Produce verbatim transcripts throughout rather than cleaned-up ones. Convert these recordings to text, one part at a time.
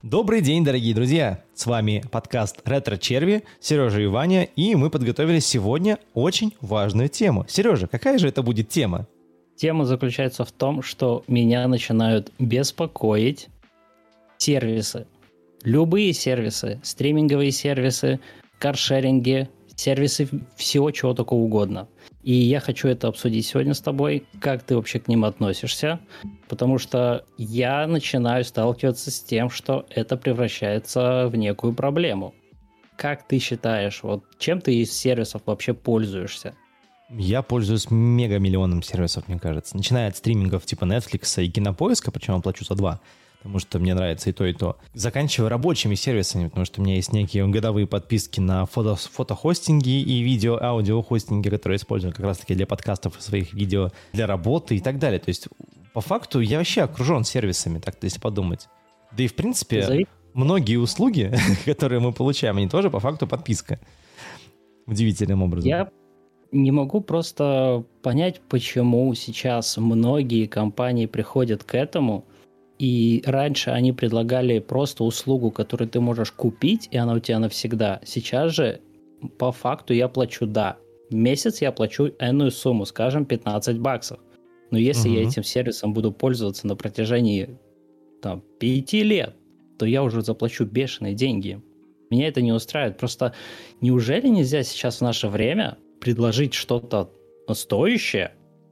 Добрый день, дорогие друзья! С вами подкаст «Ретро Черви», Сережа и Ваня, и мы подготовили сегодня очень важную тему. Сережа, какая же это будет тема? Тема заключается в том, что меня начинают беспокоить сервисы. Любые сервисы, стриминговые сервисы, каршеринги, сервисы всего чего только угодно. И я хочу это обсудить сегодня с тобой, как ты вообще к ним относишься, потому что я начинаю сталкиваться с тем, что это превращается в некую проблему. Как ты считаешь, вот чем ты из сервисов вообще пользуешься? Я пользуюсь мегамиллионом сервисов, мне кажется. Начиная от стримингов типа Netflix и Кинопоиска, причем я плачу за два, потому что мне нравится и то, и то. Заканчивая рабочими сервисами, потому что у меня есть некие годовые подписки на фото, фотохостинги и видео-аудиохостинги, которые использую как раз-таки для подкастов и своих видео, для работы и так далее. То есть, по факту, я вообще окружен сервисами, так-то если подумать. Да и, в принципе, Зови. многие услуги, которые мы получаем, они тоже, по факту, подписка. Удивительным образом. Я не могу просто понять, почему сейчас многие компании приходят к этому. И раньше они предлагали просто услугу, которую ты можешь купить, и она у тебя навсегда. Сейчас же, по факту, я плачу, да, в месяц я плачу энную сумму, скажем, пятнадцать баксов. Но если угу. я этим сервисом буду пользоваться на протяжении там, пяти лет, то я уже заплачу бешеные деньги. Меня это не устраивает. Просто неужели нельзя сейчас в наше время предложить что-то стоящее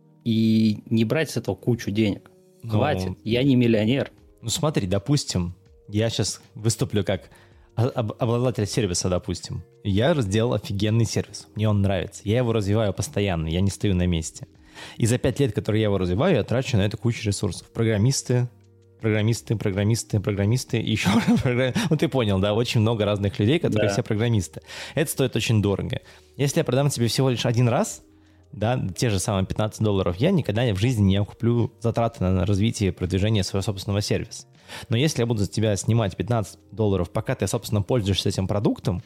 и не брать с этого кучу денег? Хватит, ну, я не миллионер. Ну смотри, допустим, я сейчас выступлю как об- обладатель сервиса, допустим. Я сделал офигенный сервис, мне он нравится. Я его развиваю постоянно, я не стою на месте. И за пять лет, которые я его развиваю, я трачу на это кучу ресурсов. Программисты, программисты, программисты, программисты, и еще программисты. Ну ты понял, да, очень много разных людей, которые да. все программисты. Это стоит очень дорого. Если я продам тебе всего лишь один раз, да, те же самые пятнадцать долларов, я никогда в жизни не окуплю затраты на развитие и продвижение своего собственного сервиса. Но если я буду за тебя снимать пятнадцать долларов, пока ты, собственно, пользуешься этим продуктом,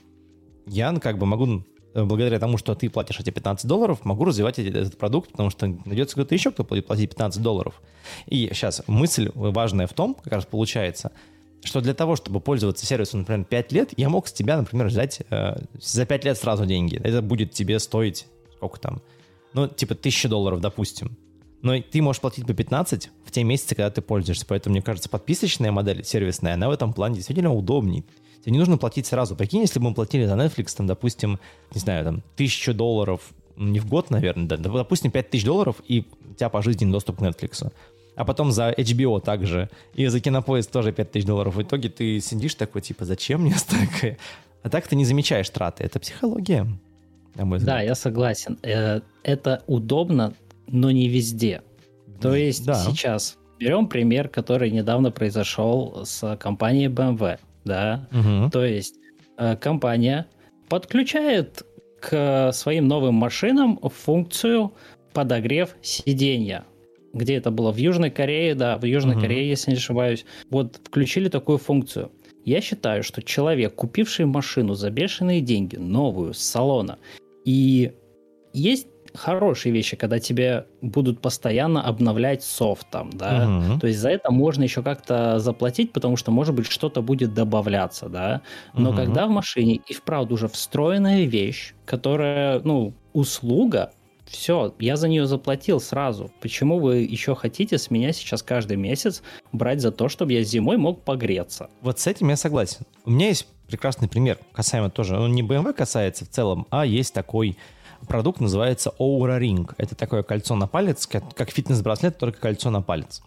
я как бы могу, благодаря тому, что ты платишь эти пятнадцать долларов, могу развивать этот продукт, потому что найдется кто-то еще, кто будет платить пятнадцать долларов. И сейчас мысль важная в том, как раз получается, что для того, чтобы пользоваться сервисом, например, пять лет, я мог с тебя, например, взять э, за пять лет сразу деньги. Это будет тебе стоить, сколько там, ну, типа тысяча долларов, допустим. Но ты можешь платить по пятнадцать в те месяцы, когда ты пользуешься. Поэтому, мне кажется, подписочная модель сервисная, она в этом плане действительно удобней. Тебе не нужно платить сразу. Прикинь, если бы мы платили за Netflix, там, допустим, не знаю, там, тысячу долларов, не в год, наверное, да, допустим, пять тысяч долларов, и у тебя пожизненный доступ к Netflix. А потом за эйч би о также, и за Кинопоиск тоже пять тысяч долларов. В итоге ты сидишь такой, типа, зачем мне столько? А так ты не замечаешь траты. Это психология. Да, я согласен. Это удобно, но не везде. То есть да. Сейчас берем пример, который недавно произошел с компанией бэ эм вэ. Да? Угу. То есть компания подключает к своим новым машинам функцию подогрев сиденья. Где это было? В Южной Корее, да, в Южной угу. Корее, если не ошибаюсь. Вот включили такую функцию. Я считаю, что человек, купивший машину за бешеные деньги, новую, с салона, и есть хорошие вещи, когда тебе будут постоянно обновлять софт там, да, uh-huh. то есть за это можно еще как-то заплатить, потому что, может быть, что-то будет добавляться, да, но uh-huh. когда в машине и вправду уже встроенная вещь, которая, ну, услуга, все, я за нее заплатил сразу. Почему вы еще хотите с меня сейчас каждый месяц брать за то, чтобы я зимой мог погреться? Вот с этим я согласен. У меня есть прекрасный пример, касаемо тоже, он не бэ эм вэ касается в целом, а есть такой продукт, называется Oura Ring. Это такое кольцо на палец, как, как фитнес-браслет, только кольцо на палец.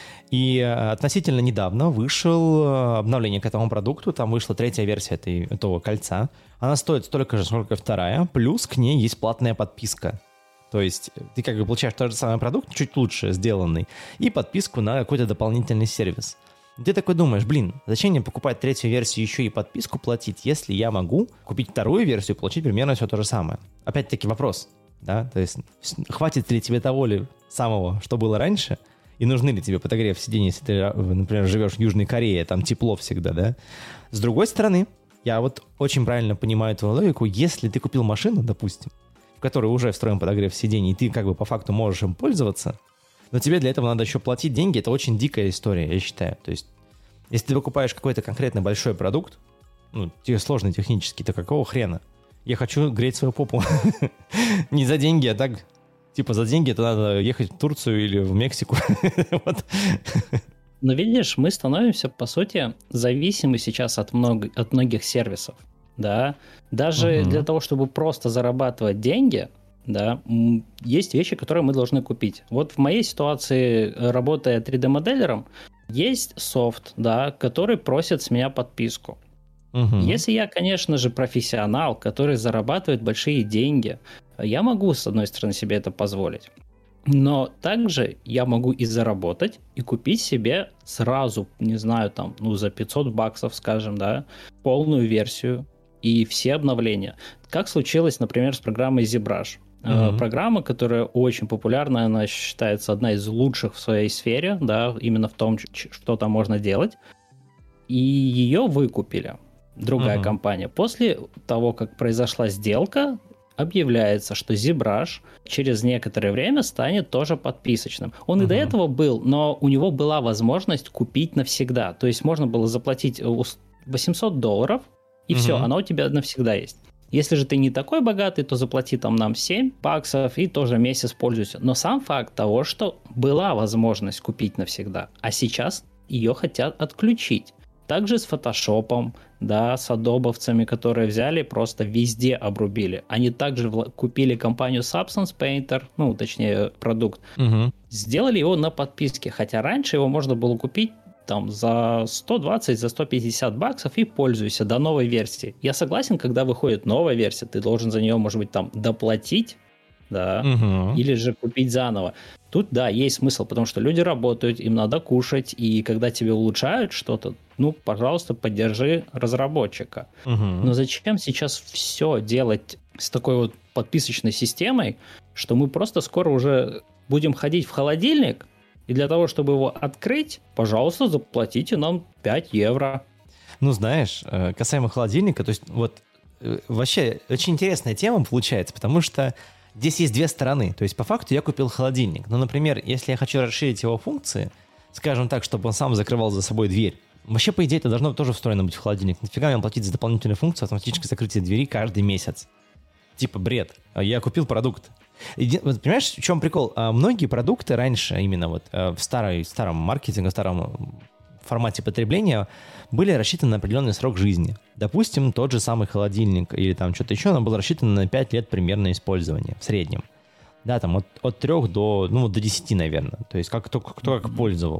И относительно недавно вышло обновление к этому продукту, там вышла третья версия этой, этого кольца. Она стоит столько же, сколько и вторая, плюс к ней есть платная подписка. То есть ты как бы получаешь тот же самый продукт, чуть лучше сделанный, и подписку на какой-то дополнительный сервис. Ты такой думаешь, блин, зачем мне покупать третью версию еще и подписку платить, если я могу купить вторую версию и получить примерно все то же самое? Опять-таки вопрос, да, то есть хватит ли тебе того ли самого, что было раньше, и нужны ли тебе подогрев сидений, если ты, например, живешь в Южной Корее, там тепло всегда, да? С другой стороны, я вот очень правильно понимаю твою логику, если ты купил машину, допустим, в которой уже встроен подогрев сидений, и ты как бы по факту можешь им пользоваться, но тебе для этого надо еще платить деньги, это очень дикая история, я считаю. То есть Если ты покупаешь какой-то конкретно большой продукт, ну, тебе сложно технически, то какого хрена? Я хочу греть свою попу. Не за деньги, а так, типа, за деньги это надо ехать в Турцию или в Мексику. Вот. Но видишь, мы становимся, по сути, зависимы сейчас от, много, от многих сервисов, да. Даже угу. для того, чтобы просто зарабатывать деньги, да, есть вещи, которые мы должны купить. Вот в моей ситуации, работая три дэ-моделером, есть софт, да, который просит с меня подписку. Угу. Если я, конечно же, профессионал, который зарабатывает большие деньги, я могу, с одной стороны, себе это позволить. Но также я могу и заработать, и купить себе сразу, не знаю, там, ну, за пятьсот баксов, скажем, да, полную версию и все обновления. Как случилось, например, с программой ZBrush. Mm-hmm. Программа, которая очень популярна, она считается одна из лучших в своей сфере, да, именно в том, что там можно делать. И ее выкупили другая mm-hmm. компания. После того, как произошла сделка, объявляется, что ZBrush через некоторое время станет тоже подписочным. Он uh-huh. и до этого был, но у него была возможность купить навсегда. То есть можно было заплатить восемьсот долларов, и uh-huh. все, оно у тебя навсегда есть. Если же ты не такой богатый, то заплати там нам семь баксов и тоже месяц пользуйся. Но сам факт того, что была возможность купить навсегда, а сейчас ее хотят отключить. Также с фотошопом, да, с адобовцами, которые взяли, просто везде обрубили. Они также вла- купили компанию Substance Painter, ну, точнее, продукт, угу. сделали его на подписке, хотя раньше его можно было купить там за сто двадцать, за сто пятьдесят баксов и пользуйся до новой версии. Я согласен, когда выходит новая версия, ты должен за нее, может быть, там доплатить, да, угу. или же купить заново. Тут, да, есть смысл, потому что люди работают, им надо кушать, и когда тебе улучшают что-то, ну, пожалуйста, поддержи разработчика. Угу. Но зачем сейчас все делать с такой вот подписочной системой, что мы просто скоро уже будем ходить в холодильник, и для того, чтобы его открыть, пожалуйста, заплатите нам пять евро. Ну, знаешь, касаемо холодильника, то есть вот вообще очень интересная тема получается, потому что здесь есть две стороны. То есть, по факту, я купил холодильник. Но, например, если я хочу расширить его функции, скажем так, чтобы он сам закрывал за собой дверь, вообще, по идее, это должно тоже встроено быть в холодильник. Нафига мне платить за дополнительную функцию автоматическое закрытие двери каждый месяц? Типа бред. Я купил продукт. И, вот, понимаешь, в чем прикол? Многие продукты раньше, именно вот в старой, старом маркетинге, в старом формате потребления, были рассчитаны на определенный срок жизни. Допустим, тот же самый холодильник или там что-то еще, он был рассчитан на пять лет примерно использования в среднем. Да, там от, от трех до, ну, до десяти, наверное. То есть как, кто, кто как пользовал.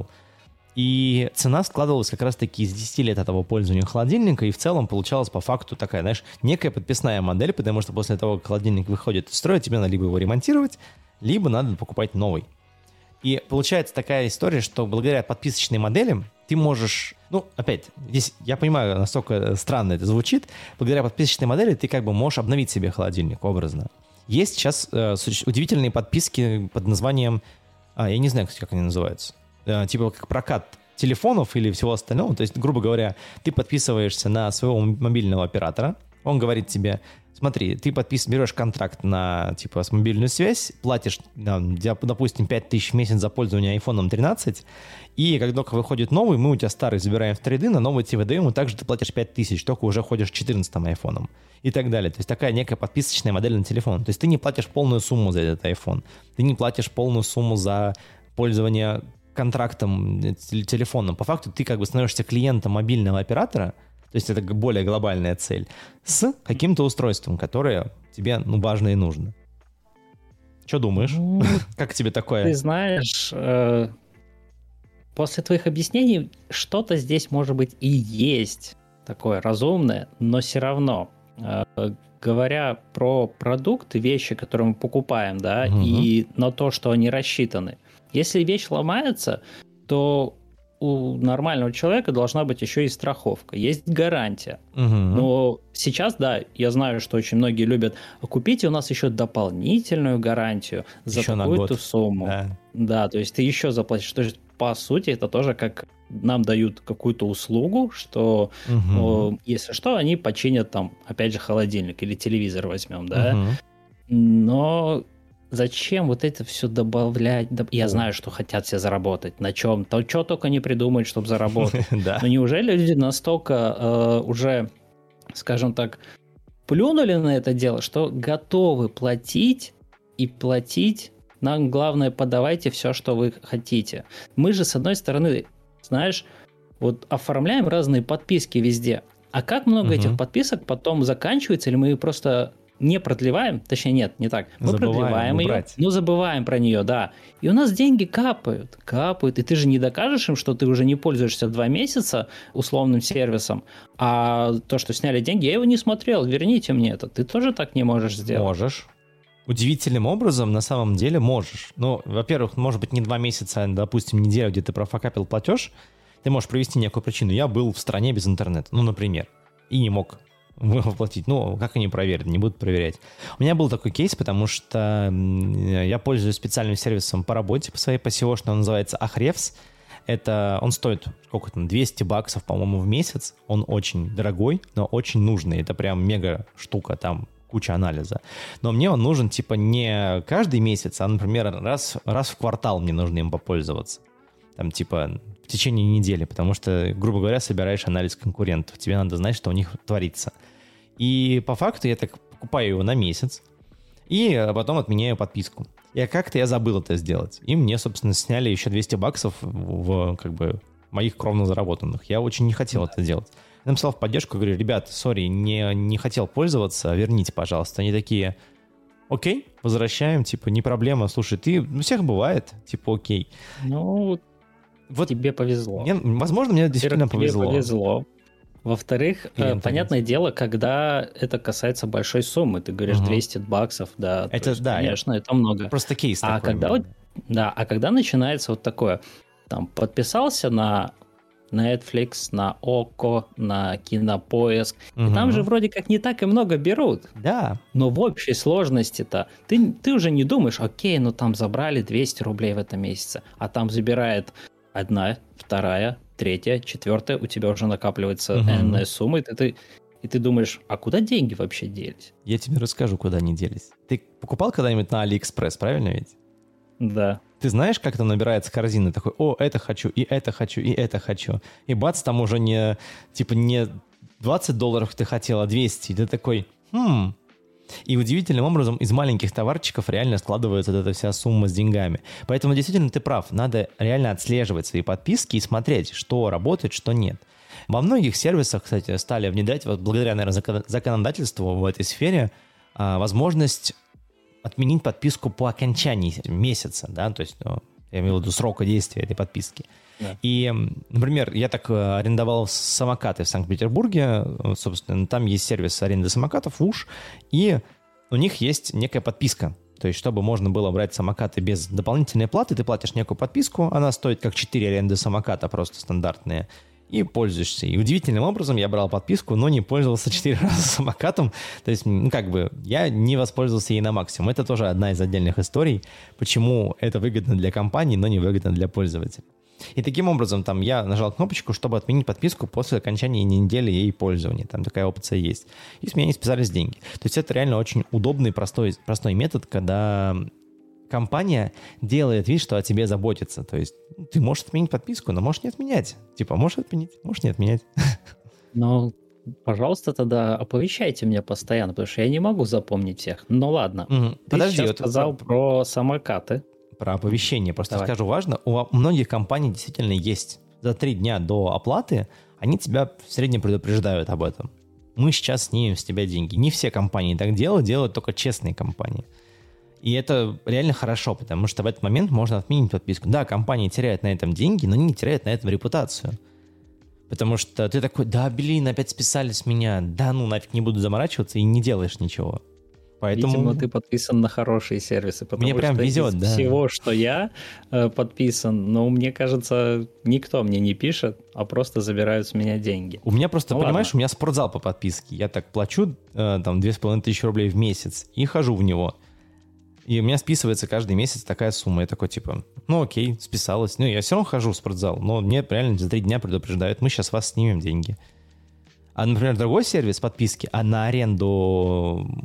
И цена складывалась как раз-таки из десяти лет этого пользования холодильника, и в целом получалась по факту такая, знаешь, некая подписная модель, потому что после того, как холодильник выходит из строя, тебе надо либо его ремонтировать, либо надо покупать новый. И получается такая история, что благодаря подписочной модели ты можешь, ну, опять, здесь я понимаю, насколько странно это звучит, благодаря подписочной модели ты как бы можешь обновить себе холодильник образно. Есть сейчас э, удивительные подписки под названием, а, я не знаю, как они называются, э, типа как прокат телефонов или всего остального. То есть, грубо говоря, ты подписываешься на своего мобильного оператора, он говорит тебе, смотри, ты подпис... берешь контракт на, типа, с мобильную связь, платишь, допустим, пять тысяч в месяц за пользование айфон тринадцать, и когда только выходит новый, мы у тебя старый забираем в трейд-ин, на новый тебе выдаем, и также ты платишь пять тысяч, только уже ходишь четырнадцатым айфоном и так далее. То есть такая некая подписочная модель на телефон. То есть ты не платишь полную сумму за этот iPhone, ты не платишь полную сумму за пользование контрактом телефоном. По факту ты как бы становишься клиентом мобильного оператора, то есть это более глобальная цель, с каким-то устройством, которое тебе, ну, важно и нужно. Что думаешь? Ну, как тебе такое? Ты знаешь, э, после твоих объяснений что-то здесь, может быть, и есть такое разумное, но все равно, э, говоря про продукты, вещи, которые мы покупаем, да, угу. и на то, что они рассчитаны, если вещь ломается, то у нормального человека должна быть еще и страховка, есть гарантия. Угу. Но сейчас, да, я знаю, что очень многие любят, купите у нас еще дополнительную гарантию за еще такую-то сумму. Да. да, то есть ты еще заплатишь. То есть, по сути, это тоже как нам дают какую-то услугу, что, угу. ну, если что, они починят там, опять же, холодильник или телевизор возьмем, да. Угу. Но зачем вот это все добавлять? Я О. знаю, что хотят все заработать. На чем? То, что только не придумают, чтобы заработать. Но неужели люди настолько э, уже, скажем так, плюнули на это дело, что готовы платить и платить? Нам главное, подавайте все, что вы хотите. Мы же, с одной стороны, знаешь, вот оформляем разные подписки везде. А как много угу. этих подписок потом заканчивается, или мы просто не продлеваем? Точнее, нет, не так. Мы забываем продлеваем убрать. ее, но забываем про нее, да. И у нас деньги капают, капают. И ты же не докажешь им, что ты уже не пользуешься два месяца условным сервисом, а то, что сняли деньги, я его не смотрел, верните мне это. Ты тоже так не можешь сделать? Можешь. Удивительным образом, на самом деле, можешь. Ну, во-первых, может быть, не два месяца, а, допустим, неделю, где ты профокапил платеж, ты можешь привести некую причину. Я был в стране без интернета, ну, например, и не мог воплотить. Ну, как они проверят? Не будут проверять. У меня был такой кейс, потому что я пользуюсь специальным сервисом по работе, по своей, по сео, что он называется Ahrefs. Это, он стоит, сколько там, двести баксов, по-моему, в месяц. Он очень дорогой, но очень нужный. Это прям мега штука, там куча анализа. Но мне он нужен, типа, не каждый месяц, а, например, раз, раз в квартал мне нужно им попользоваться. Там, типа, в течение недели, потому что, грубо говоря, собираешь анализ конкурентов. Тебе надо знать, что у них творится. И по факту я так покупаю его на месяц, и потом отменяю подписку. И как-то я забыл это сделать. И мне, собственно, сняли еще двести баксов в, как бы, моих кровно заработанных. Я очень не хотел да. это делать. Я написал в поддержку, говорю, ребят, сори, не, не хотел пользоваться, верните, пожалуйста. Они такие, окей, возвращаем, типа, не проблема, слушай, ты, у всех бывает, типа, окей. Ну, вот тебе повезло. Мне, возможно, мне действительно повезло. Тебе повезло. Во-вторых, Клиент понятное есть. дело, когда это касается большой суммы, ты говоришь угу. двести баксов, да, это, есть, да, конечно, это много. Просто кейс а такой. Когда, да, а когда начинается вот такое, там, подписался на Netflix, на Око, на Кинопоиск, угу. и там же вроде как не так и много берут. Да. Но в общей сложности-то ты, ты уже не думаешь, окей, ну там забрали двести рублей в этом месяце, а там забирает одна, вторая, третья, четвертая, у тебя уже накапливается угу. энная сумма, и ты, и ты думаешь, а куда деньги вообще делись? Я тебе расскажу, куда они делись. Ты покупал когда-нибудь на Алиэкспресс, правильно ведь? Да. Ты знаешь, как там набирается корзина? Такой, о, это хочу, и это хочу, и это хочу. И бац, там уже не, типа, не двадцать долларов ты хотел, а двести. И ты такой, хм... И удивительным образом из маленьких товарчиков реально складывается вот эта вся сумма с деньгами. Поэтому действительно ты прав. Надо реально отслеживать свои подписки и смотреть, что работает, что нет. Во многих сервисах, кстати, стали внедрять, вот благодаря, наверное, законодательству в этой сфере, возможность отменить подписку по окончании месяца, да, то есть, ну, я имею в виду срока действия этой подписки. Да. И, например, я так арендовал самокаты в Санкт-Петербурге, собственно, там есть сервис аренды самокатов, УШ, и у них есть некая подписка. То есть, чтобы можно было брать самокаты без дополнительной платы, ты платишь некую подписку, она стоит как четыре аренды самоката, просто стандартные, и пользуешься. И удивительным образом я брал подписку, но не пользовался четыре раза самокатом. То есть, ну, как бы, я не воспользовался ей на максимум. Это тоже одна из отдельных историй, почему это выгодно для компании, но не выгодно для пользователя. И таким образом, там, я нажал кнопочку, чтобы отменить подписку после окончания недели ей пользования. Там такая опция есть. И с меня не списались деньги. То есть это реально очень удобный, простой, простой метод, когда компания делает вид, что о тебе заботится. То есть ты можешь отменить подписку, но можешь не отменять. Типа, можешь отменить, можешь не отменять. Ну, пожалуйста, тогда оповещайте меня постоянно, потому что я не могу запомнить всех. Ну ладно. Угу. Ты Подожди, сейчас вот сказал про... про самокаты. Про оповещение. Просто Давай. скажу важно, у многих компаний действительно есть. За три дня до оплаты они тебя в среднем предупреждают об этом. Мы сейчас снимем с тебя деньги. Не все компании так делают, делают только честные компании. И это реально хорошо, потому что в этот момент можно отменить подписку. Да, компания теряет на этом деньги, но не теряет на этом репутацию. Потому что ты такой, да, блин, опять списали с меня. Да, ну нафиг не буду заморачиваться, и не делаешь ничего. Поэтому... Видимо, ты подписан на хорошие сервисы, потому мне прям что везет, из да. всего, что я э, подписан, но мне кажется, никто мне не пишет, а просто забирают с меня деньги. У меня просто, ну, понимаешь, ладно. у меня спортзал по подписке. Я так плачу э, там две с половиной тысячи рублей в месяц и хожу в него. И у меня списывается каждый месяц такая сумма. Я такой, типа, ну окей, списалась. Ну, я все равно хожу в спортзал, но мне реально за три дня предупреждают, мы сейчас вас снимем деньги. А, например, другой сервис подписки, а на аренду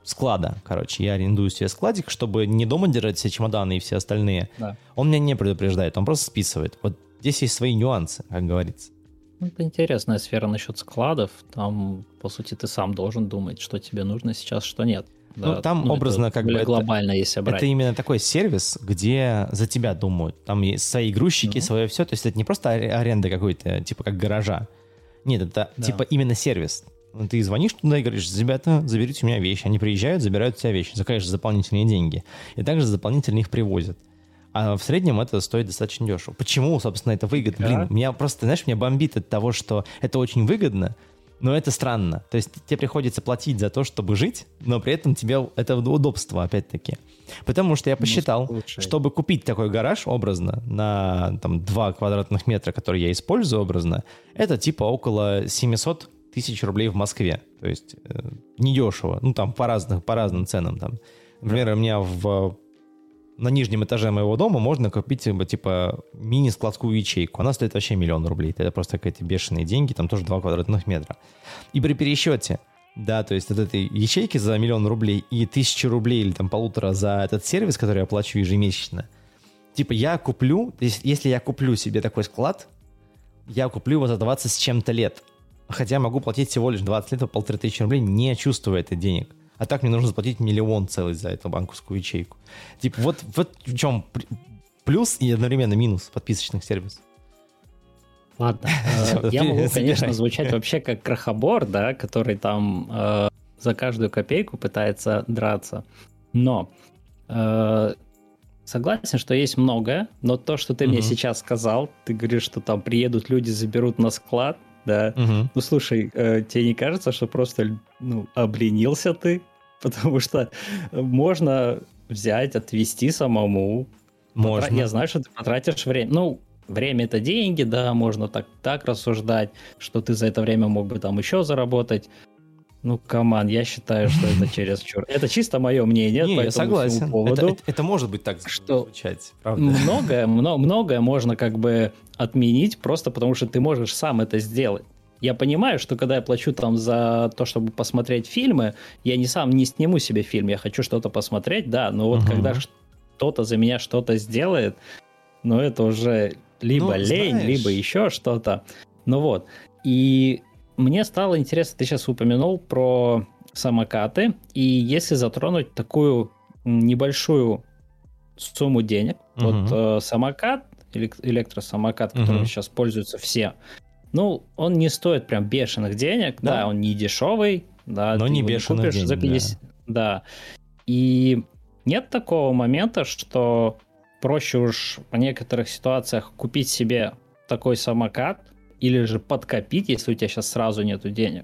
склада, короче. Я арендую себе складик, чтобы не дома держать все чемоданы и все остальные. Да. Он меня не предупреждает, он просто списывает. Вот здесь есть свои нюансы, как говорится. Это интересная сфера насчет складов. Там, по сути, ты сам должен думать, что тебе нужно сейчас, что нет. Ну, да, там ну, образно это как бы... глобально, это, если брать. Это именно такой сервис, где за тебя думают. Там есть свои грузчики, mm-hmm. свое все. То есть это не просто аренда какой-то, типа как гаража. Нет, это да. типа именно сервис. Ты звонишь туда и говоришь: ребята, заберите у меня вещи. Они приезжают, забирают у тебя вещи. За, конечно, дополнительные деньги. И также дополнительно их привозят. А в среднем это стоит достаточно дешево. Почему, собственно, это выгодно? Да. Блин, меня просто, знаешь, меня бомбит от того, что это очень выгодно, но это странно. То есть тебе приходится платить за то, чтобы жить, но при этом тебе это удобство, опять-таки. Потому что я посчитал, ну, чтобы купить такой гараж образно на там, два квадратных метра, которые я использую образно, это типа около семьсот тысяч рублей в Москве. То есть э, недешево. Ну, там по, разных, по разным ценам. Там. Например, у меня в... на нижнем этаже моего дома можно купить типа мини-складскую ячейку. Она стоит вообще миллион рублей. Это просто какие-то бешеные деньги, там тоже два квадратных метра. И при пересчете, да, то есть от этой ячейки за миллион рублей и тысячи рублей или там полутора за этот сервис, который я плачу ежемесячно, типа я куплю, если я куплю себе такой склад, я куплю его за двадцать с чем-то лет. Хотя могу платить всего лишь двадцать лет по полторы тысячи рублей, не чувствуя этих денег. А так мне нужно заплатить миллион целый за эту банковскую ячейку. Типа вот, вот в чем плюс и одновременно минус подписочных сервисов. Ладно, я могу, конечно, звучать вообще как крохобор, да, который там э, за каждую копейку пытается драться. Но э, согласен, что есть многое, но то, что ты mm-hmm. мне сейчас сказал, ты говоришь, что там приедут люди, заберут на склад, да. Mm-hmm. Ну, слушай, э, тебе не кажется, что просто ну, обленился ты? Потому что можно взять, отвезти самому. Можно. Потра... Я знаю, что ты потратишь время. Ну, время — это деньги, да, можно так, так рассуждать, что ты за это время мог бы там еще заработать. Ну, каман, я считаю, что это чересчур. Это чисто мое мнение. Не, я согласен. Это, это, это может быть так что звучать, правда. Многое, много, многое можно как бы отменить просто потому, что ты можешь сам это сделать. Я понимаю, что когда я плачу там за то, чтобы посмотреть фильмы, я не сам не сниму себе фильм, я хочу что-то посмотреть, да, но вот uh-huh. когда кто-то за меня что-то сделает, ну, это уже либо ну, лень, знаешь... либо еще что-то. Ну вот, и мне стало интересно, ты сейчас упомянул про самокаты, и если затронуть такую небольшую сумму денег, uh-huh. вот э, самокат, электросамокат, которым uh-huh. сейчас пользуются все, ну, он не стоит прям бешеных денег, да, да он не дешевый, да, но ты не его бешеных не купишь денег, за пятьдесят, да. да. И нет такого момента, что проще уж в некоторых ситуациях купить себе такой самокат или же подкопить, если у тебя сейчас сразу нету денег,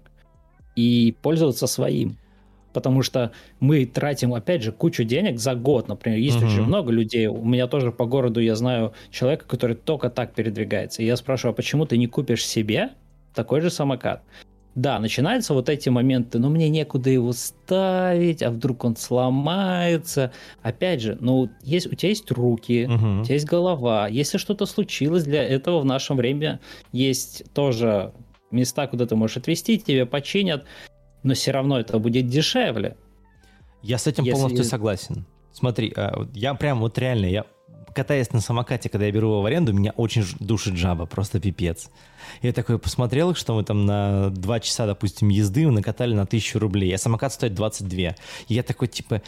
и пользоваться своим. Потому что мы тратим, опять же, кучу денег за год, например. Есть uh-huh. очень много людей. У меня тоже по городу я знаю человека, который только так передвигается. И я спрашиваю, а почему ты не купишь себе такой же самокат? Да, начинаются вот эти моменты, ну, мне некуда его ставить, а вдруг он сломается. Опять же, ну, есть, у тебя есть руки, uh-huh. у тебя есть голова. Если что-то случилось, для этого в наше время есть тоже места, куда ты можешь отвезти, тебе починят. Но все равно это будет дешевле. Я с этим Если... полностью согласен. Смотри, я прям вот реально, я катаясь на самокате, когда я беру его в аренду, меня очень душит жаба, просто пипец. Я такой посмотрел, что мы там на два часа, допустим, езды накатали на тысячу рублей, а самокат стоит двадцать два. И я такой, типа,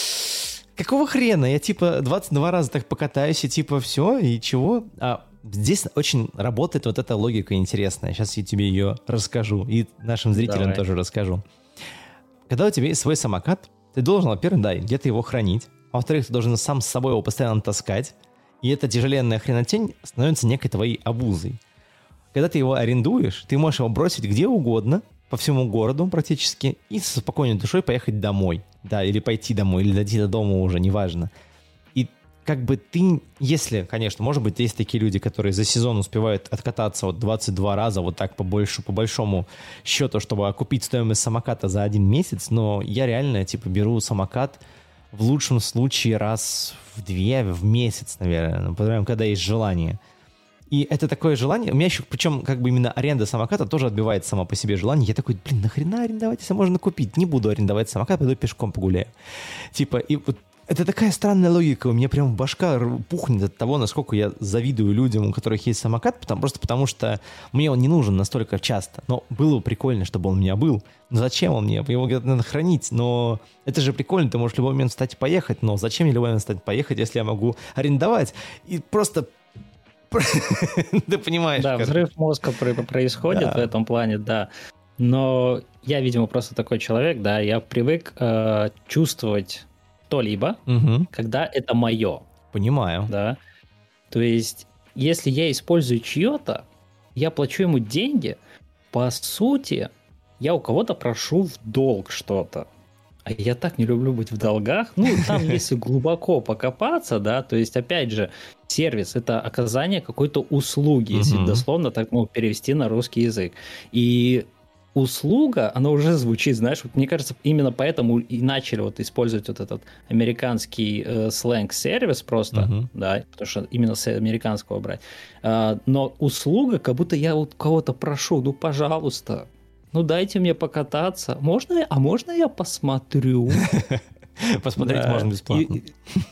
какого хрена? Я, типа, двадцать два раза так покатаюсь, и типа, все, и чего? А здесь очень работает вот эта логика интересная. Сейчас я тебе ее расскажу. И нашим зрителям Давай. тоже расскажу. Когда у тебя есть свой самокат, ты должен, во-первых, да, где-то его хранить. А во-вторых, ты должен сам с собой его постоянно таскать. И эта тяжеленная хренотень становится некой твоей обузой. Когда ты его арендуешь, ты можешь его бросить где угодно, по всему городу практически, и со спокойной душой поехать домой. Да, или пойти домой, или дойти до дома уже, неважно. Как бы ты, если, конечно, может быть, есть такие люди, которые за сезон успевают откататься вот двадцать два раза вот так по, больше, по большому счету, чтобы окупить стоимость самоката за один месяц, но я реально, типа, беру самокат в лучшем случае раз в две, в месяц, наверное, ну, потому когда есть желание. И это такое желание, у меня еще, причем как бы именно аренда самоката тоже отбивает сама по себе желание. Я такой, блин, нахрена арендовать, если можно купить? Не буду арендовать самокат, пойду пешком погуляю. Типа, и вот это такая странная логика, у меня прям башка пухнет от того, насколько я завидую людям, у которых есть самокат, потому, просто потому что мне он не нужен настолько часто. Но было бы прикольно, чтобы он у меня был. Но зачем он мне? Его где-то надо хранить. Но это же прикольно, ты можешь в любой момент встать и поехать. Но зачем мне в любой момент встать и поехать, если я могу арендовать? И просто... Ты понимаешь. Да, взрыв мозга происходит в этом плане, да. Но я, видимо, просто такой человек, да, я привык чувствовать что-либо, угу. когда это мое. Понимаю. Да. То есть, если я использую чье-то, я плачу ему деньги, по сути, я у кого-то прошу в долг что-то. А я так не люблю быть в долгах. Ну, там, если глубоко покопаться, да, то есть, опять же, сервис – это оказание какой-то услуги, если угу. дословно так ну, перевести на русский язык. И услуга, она уже звучит, знаешь, вот мне кажется, именно поэтому и начали вот использовать вот этот американский э, сленг-сервис просто, uh-huh. да, потому что именно с американского брать. А, но услуга, как будто я вот кого-то прошу, ну, пожалуйста, ну, дайте мне покататься. Можно я, а можно я посмотрю? Посмотреть можно бесплатно.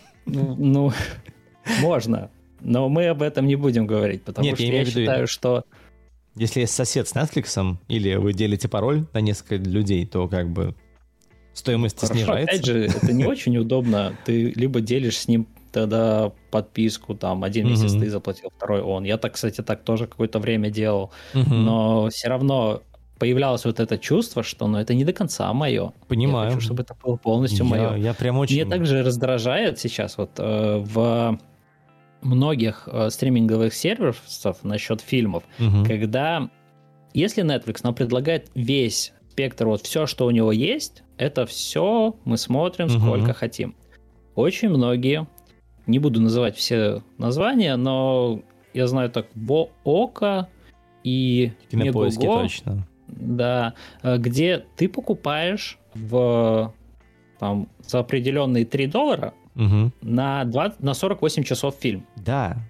Ну, можно, но мы об этом не будем говорить, потому что я считаю, что если есть сосед с Netflix, или вы делите пароль на несколько людей, то как бы стоимость Хорошо, снижается. Опять же, это не очень удобно. Ты либо делишь с ним тогда подписку, там, один uh-huh. месяц ты заплатил, второй он. Я так, кстати, так тоже какое-то время делал. Uh-huh. Но все равно появлялось вот это чувство, что ну, это не до конца мое. Понимаю. Я хочу, чтобы это было полностью я, мое. Я прям очень... Мне также раздражает сейчас вот э, в... многих э, стриминговых сервисов насчет фильмов, угу. когда если Netflix нам предлагает весь спектр, вот все, что у него есть, это все мы смотрим угу. сколько хотим. Очень многие, не буду называть все названия, но я знаю так Бо-Ока и Кинопоиски Мегого, точно. Да, где ты покупаешь в, там, за определенные три доллара Угу. На, двадцать, на сорок восемь часов фильм. Да.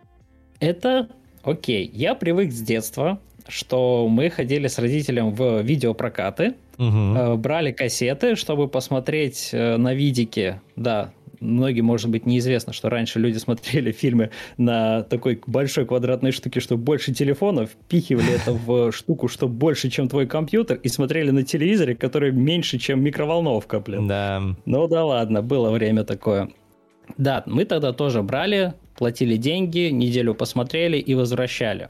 Это окей. Я привык с детства, что мы ходили с родителем в видеопрокаты, угу. э, брали кассеты, чтобы посмотреть э, на видике. Да, многим, может быть, неизвестно, что раньше люди смотрели фильмы на такой большой квадратной штуке, что больше телефона, впихивали это в штуку, что больше, чем твой компьютер, и смотрели на телевизоре, который меньше, чем микроволновка, блин. Да. Ну да ладно, было время такое. Да, мы тогда тоже брали, платили деньги, неделю посмотрели и возвращали.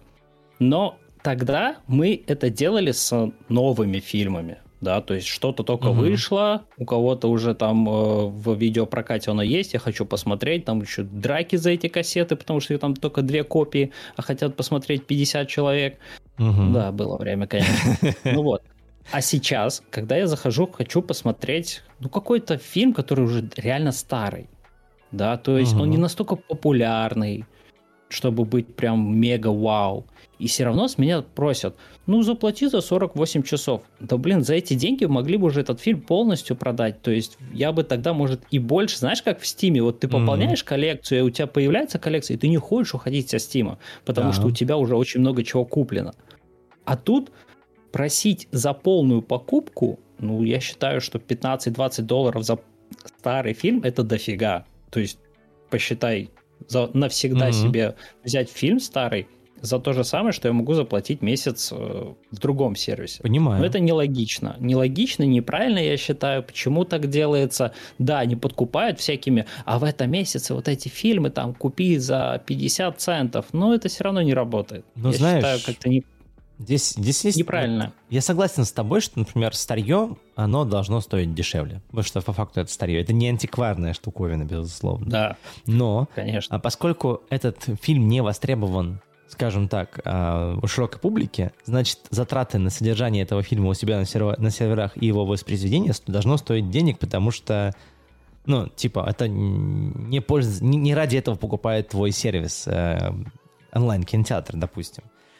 Но тогда мы это делали с новыми фильмами. Да, то есть что-то только угу. вышло, у кого-то уже там э, в видеопрокате оно есть, я хочу посмотреть, там еще драки за эти кассеты, потому что там только две копии, а хотят посмотреть пятьдесят человек. Угу. Да, было время, конечно. Ну вот. А сейчас, когда я захожу, хочу посмотреть, ну, какой-то фильм, который уже реально старый, да, то есть угу. он не настолько популярный, чтобы быть прям мега-вау. И все равно с меня просят, ну, заплати за сорок восемь часов. Да, блин, за эти деньги могли бы уже этот фильм полностью продать. То есть я бы тогда, может, и больше... Знаешь, как в Стиме, вот ты пополняешь mm-hmm. коллекцию, и у тебя появляется коллекция, и ты не хочешь уходить со Стима, потому да. что у тебя уже очень много чего куплено. А тут просить за полную покупку, ну, я считаю, что пятнадцать-двадцать долларов за старый фильм – это дофига. То есть посчитай, за навсегда mm-hmm. себе взять фильм старый, за то же самое, что я могу заплатить месяц в другом сервисе. Понимаю. Но это нелогично. Нелогично, неправильно, я считаю. Почему так делается? Да, они подкупают всякими, а в этом месяце вот эти фильмы там купи за пятьдесят центов. Но это все равно не работает. Но я знаешь, считаю, как-то не... здесь, здесь есть... неправильно. Я согласен с тобой, что, например, старье, оно должно стоить дешевле. Потому что по факту это старье. Это не антикварная штуковина, безусловно. Да, но конечно. Поскольку этот фильм не востребован, скажем так, у широкой публики, значит, затраты на содержание этого фильма у себя на, сервер, на серверах и его воспроизведение должно стоить денег, потому что, ну, типа, это не, пользуется, не, не ради этого покупает твой сервис, э, онлайн-кинотеатр, допустим.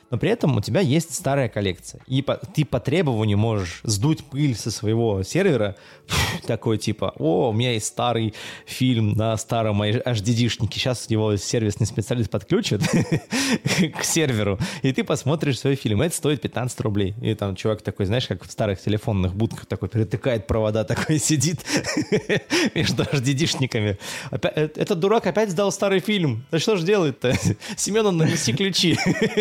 но при этом у тебя есть старая коллекция. И по, ты по требованию можешь сдуть пыль со своего сервера, такой типа, о, у меня есть старый фильм на старом эйч ди ди-шнике, сейчас его сервисный специалист подключит к серверу, и ты посмотришь свой фильм. Это стоит пятнадцать рублей. И там чувак такой, знаешь, как в старых телефонных будках, такой перетыкает провода, такой сидит между эйч ди ди-шниками. Этот дурак опять сдал старый фильм. Да что ж делает-то? Семену нанеси ключи.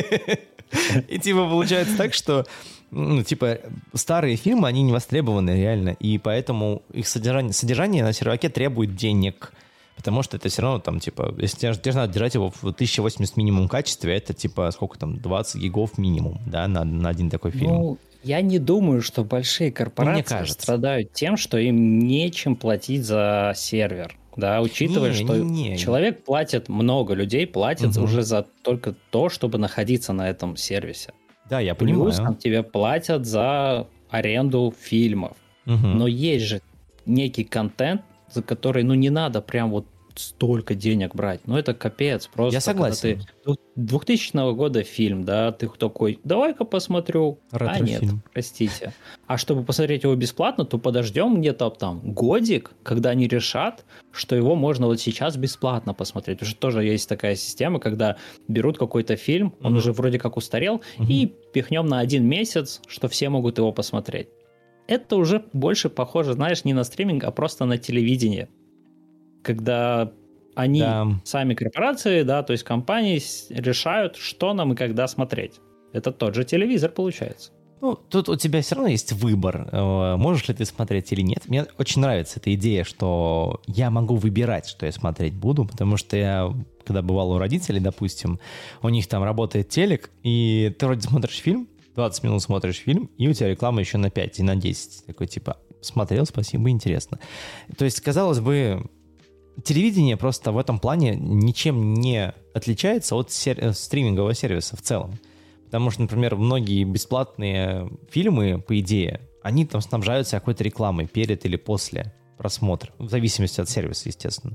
И типа получается так, что ну, типа старые фильмы, они не востребованы реально, и поэтому их содержание, содержание на серваке требует денег, потому что это все равно там типа, если тебе, тебе надо держать его в тысяча восемьдесят минимум качестве, это типа сколько там, двадцать гигов минимум, да, на, на один такой фильм. Ну, я не думаю, что большие корпорации страдают тем, что им нечем платить за сервер. Да, учитывая, не, что не, человек платит, много людей платят угу. уже за только то, чтобы находиться на этом сервисе. Да, я Плюс, понимаю. Там тебе платят за аренду фильмов. Угу. Но есть же некий контент, за который, ну, не надо прям вот столько денег брать. Ну, это капец. Просто я согласен. Ты двухтысячного года фильм, да, ты такой, давай-ка посмотрю. Ретро-фильм. А нет, простите. А чтобы посмотреть его бесплатно, то подождем где-то там годик, когда они решат, что его можно вот сейчас бесплатно посмотреть. Потому что тоже есть такая система, когда берут какой-то фильм, он mm-hmm. уже вроде как устарел, mm-hmm. и пихнем на один месяц, что все могут его посмотреть. Это уже больше похоже, знаешь, не на стриминг, а просто на телевидение. Когда они, да. сами корпорации, да, то есть компании решают, что нам и когда смотреть. Это тот же телевизор получается. Ну, тут у тебя все равно есть выбор, можешь ли ты смотреть или нет. Мне очень нравится эта идея, что я могу выбирать, что я смотреть буду, потому что я, когда бывал у родителей, допустим, у них там работает телек, и ты вроде смотришь фильм, двадцать минут смотришь фильм, и у тебя реклама еще на пять и на десять. Такой типа, смотрел, спасибо, интересно. То есть, казалось бы, телевидение просто в этом плане ничем не отличается от сер- стримингового сервиса в целом. Потому что, например, многие бесплатные фильмы, по идее, они там снабжаются какой-то рекламой перед или после просмотра, в зависимости от сервиса, естественно.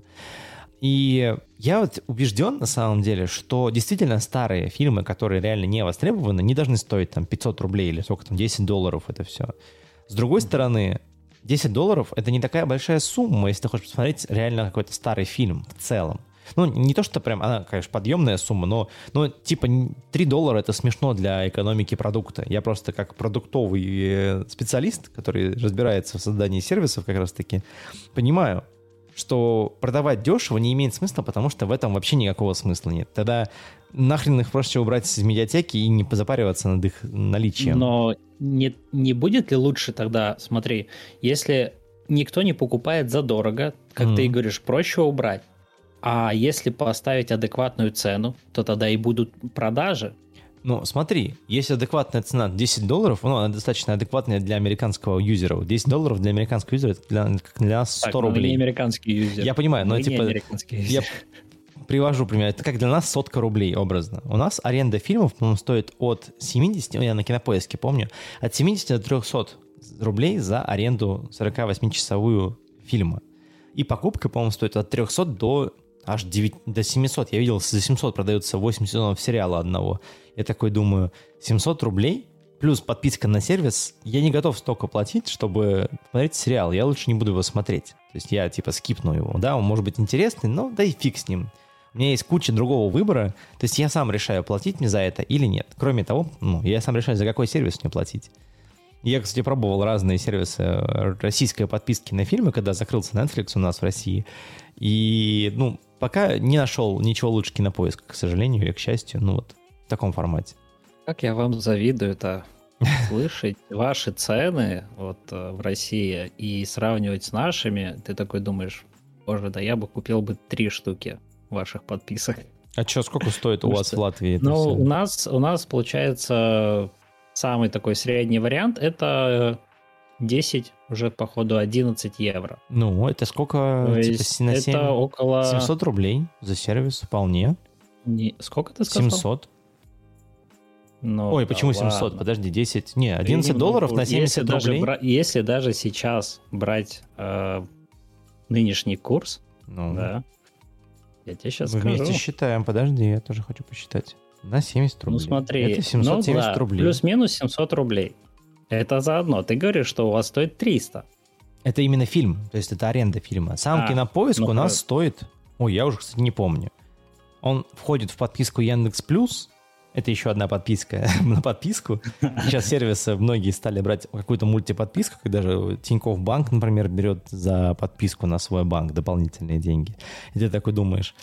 И я вот убежден, на самом деле, что действительно старые фильмы, которые реально не востребованы, не должны стоить там пятьсот рублей или сколько там, десять долларов это все. С другой стороны, десять долларов — это не такая большая сумма, если ты хочешь посмотреть реально какой-то старый фильм в целом. Ну, не то, что прям, она, конечно, подъемная сумма, но, но типа три доллара — это смешно для экономики продукта. Я просто как продуктовый специалист, который разбирается в создании сервисов как раз-таки, понимаю, что продавать дешево не имеет смысла, потому что в этом вообще никакого смысла нет. Тогда нахрен их проще убрать из медиатеки и не позапариваться над их наличием. Но не, не будет ли лучше тогда, смотри, если никто не покупает задорого, как mm. ты и говоришь, проще убрать. А если поставить адекватную цену, то тогда и будут продажи. Ну, смотри, если адекватная цена десять долларов, ну, она достаточно адекватная для американского юзера. десять долларов для американского юзера, это для, для нас сто так, рублей. Так, не американский юзер. Я понимаю, но мы типа... Я привожу пример. Это как для нас сотка рублей образно. У нас аренда фильмов, по-моему, стоит от семидесяти, я на Кинопоиске помню, от семидесяти до трехсот рублей за аренду сорокавосьмичасовую фильма. И покупка, по-моему, стоит от трехсот до... аж девять, до семисот. Я видел, за семьсот продается восемь сезонов сериала одного. Я такой думаю, семьсот рублей плюс подписка на сервис, я не готов столько платить, чтобы смотреть сериал. Я лучше не буду его смотреть. То есть я типа скипну его. Да, он может быть интересный, но да и фиг с ним. У меня есть куча другого выбора. То есть я сам решаю, платить мне за это или нет. Кроме того, ну, я сам решаю, за какой сервис мне платить. Я, кстати, пробовал разные сервисы российской подписки на фильмы, когда закрылся Netflix у нас в России. И, ну, пока не нашел ничего лучше Кинопоиска, к сожалению или к счастью, ну вот в таком формате. Как я вам завидую-то слышать ваши цены вот в России и сравнивать с нашими. Ты такой думаешь, боже, да я бы купил бы три штуки ваших подписок. А что, сколько стоит у вас в Латвии? Ну, у нас, у нас получается самый такой средний вариант — это десять, уже походу одиннадцать евро. Ну, это сколько? То типа, есть на семь, это около... семьсот рублей за сервис вполне. Не... Сколько ты сказал? семьсот. Ну, Ой, да почему ладно. семьсот? Подожди, десять. Не, одиннадцать долларов на семьдесят если рублей. Даже бра... Если даже сейчас брать э, нынешний курс, ну, да, я тебе сейчас мы скажу. вместе считаем. Подожди, я тоже хочу посчитать. на семьдесят рублей. Ну смотри, это семьсот семьдесят ну, да, рублей. Плюс-минус семьсот рублей. Это заодно. Ты говоришь, что у вас стоит триста. Это именно фильм, то есть это аренда фильма. Сам а, Кинопоиск ну, у нас стоит... Ой, я уже, кстати, не помню. Он входит в подписку Яндекс.Плюс. Это еще одна подписка на подписку. Сейчас сервисы многие стали брать какую-то мультиподписку, когда же Тинькофф Банк, например, берет за подписку на свой банк дополнительные деньги. И ты такой думаешь...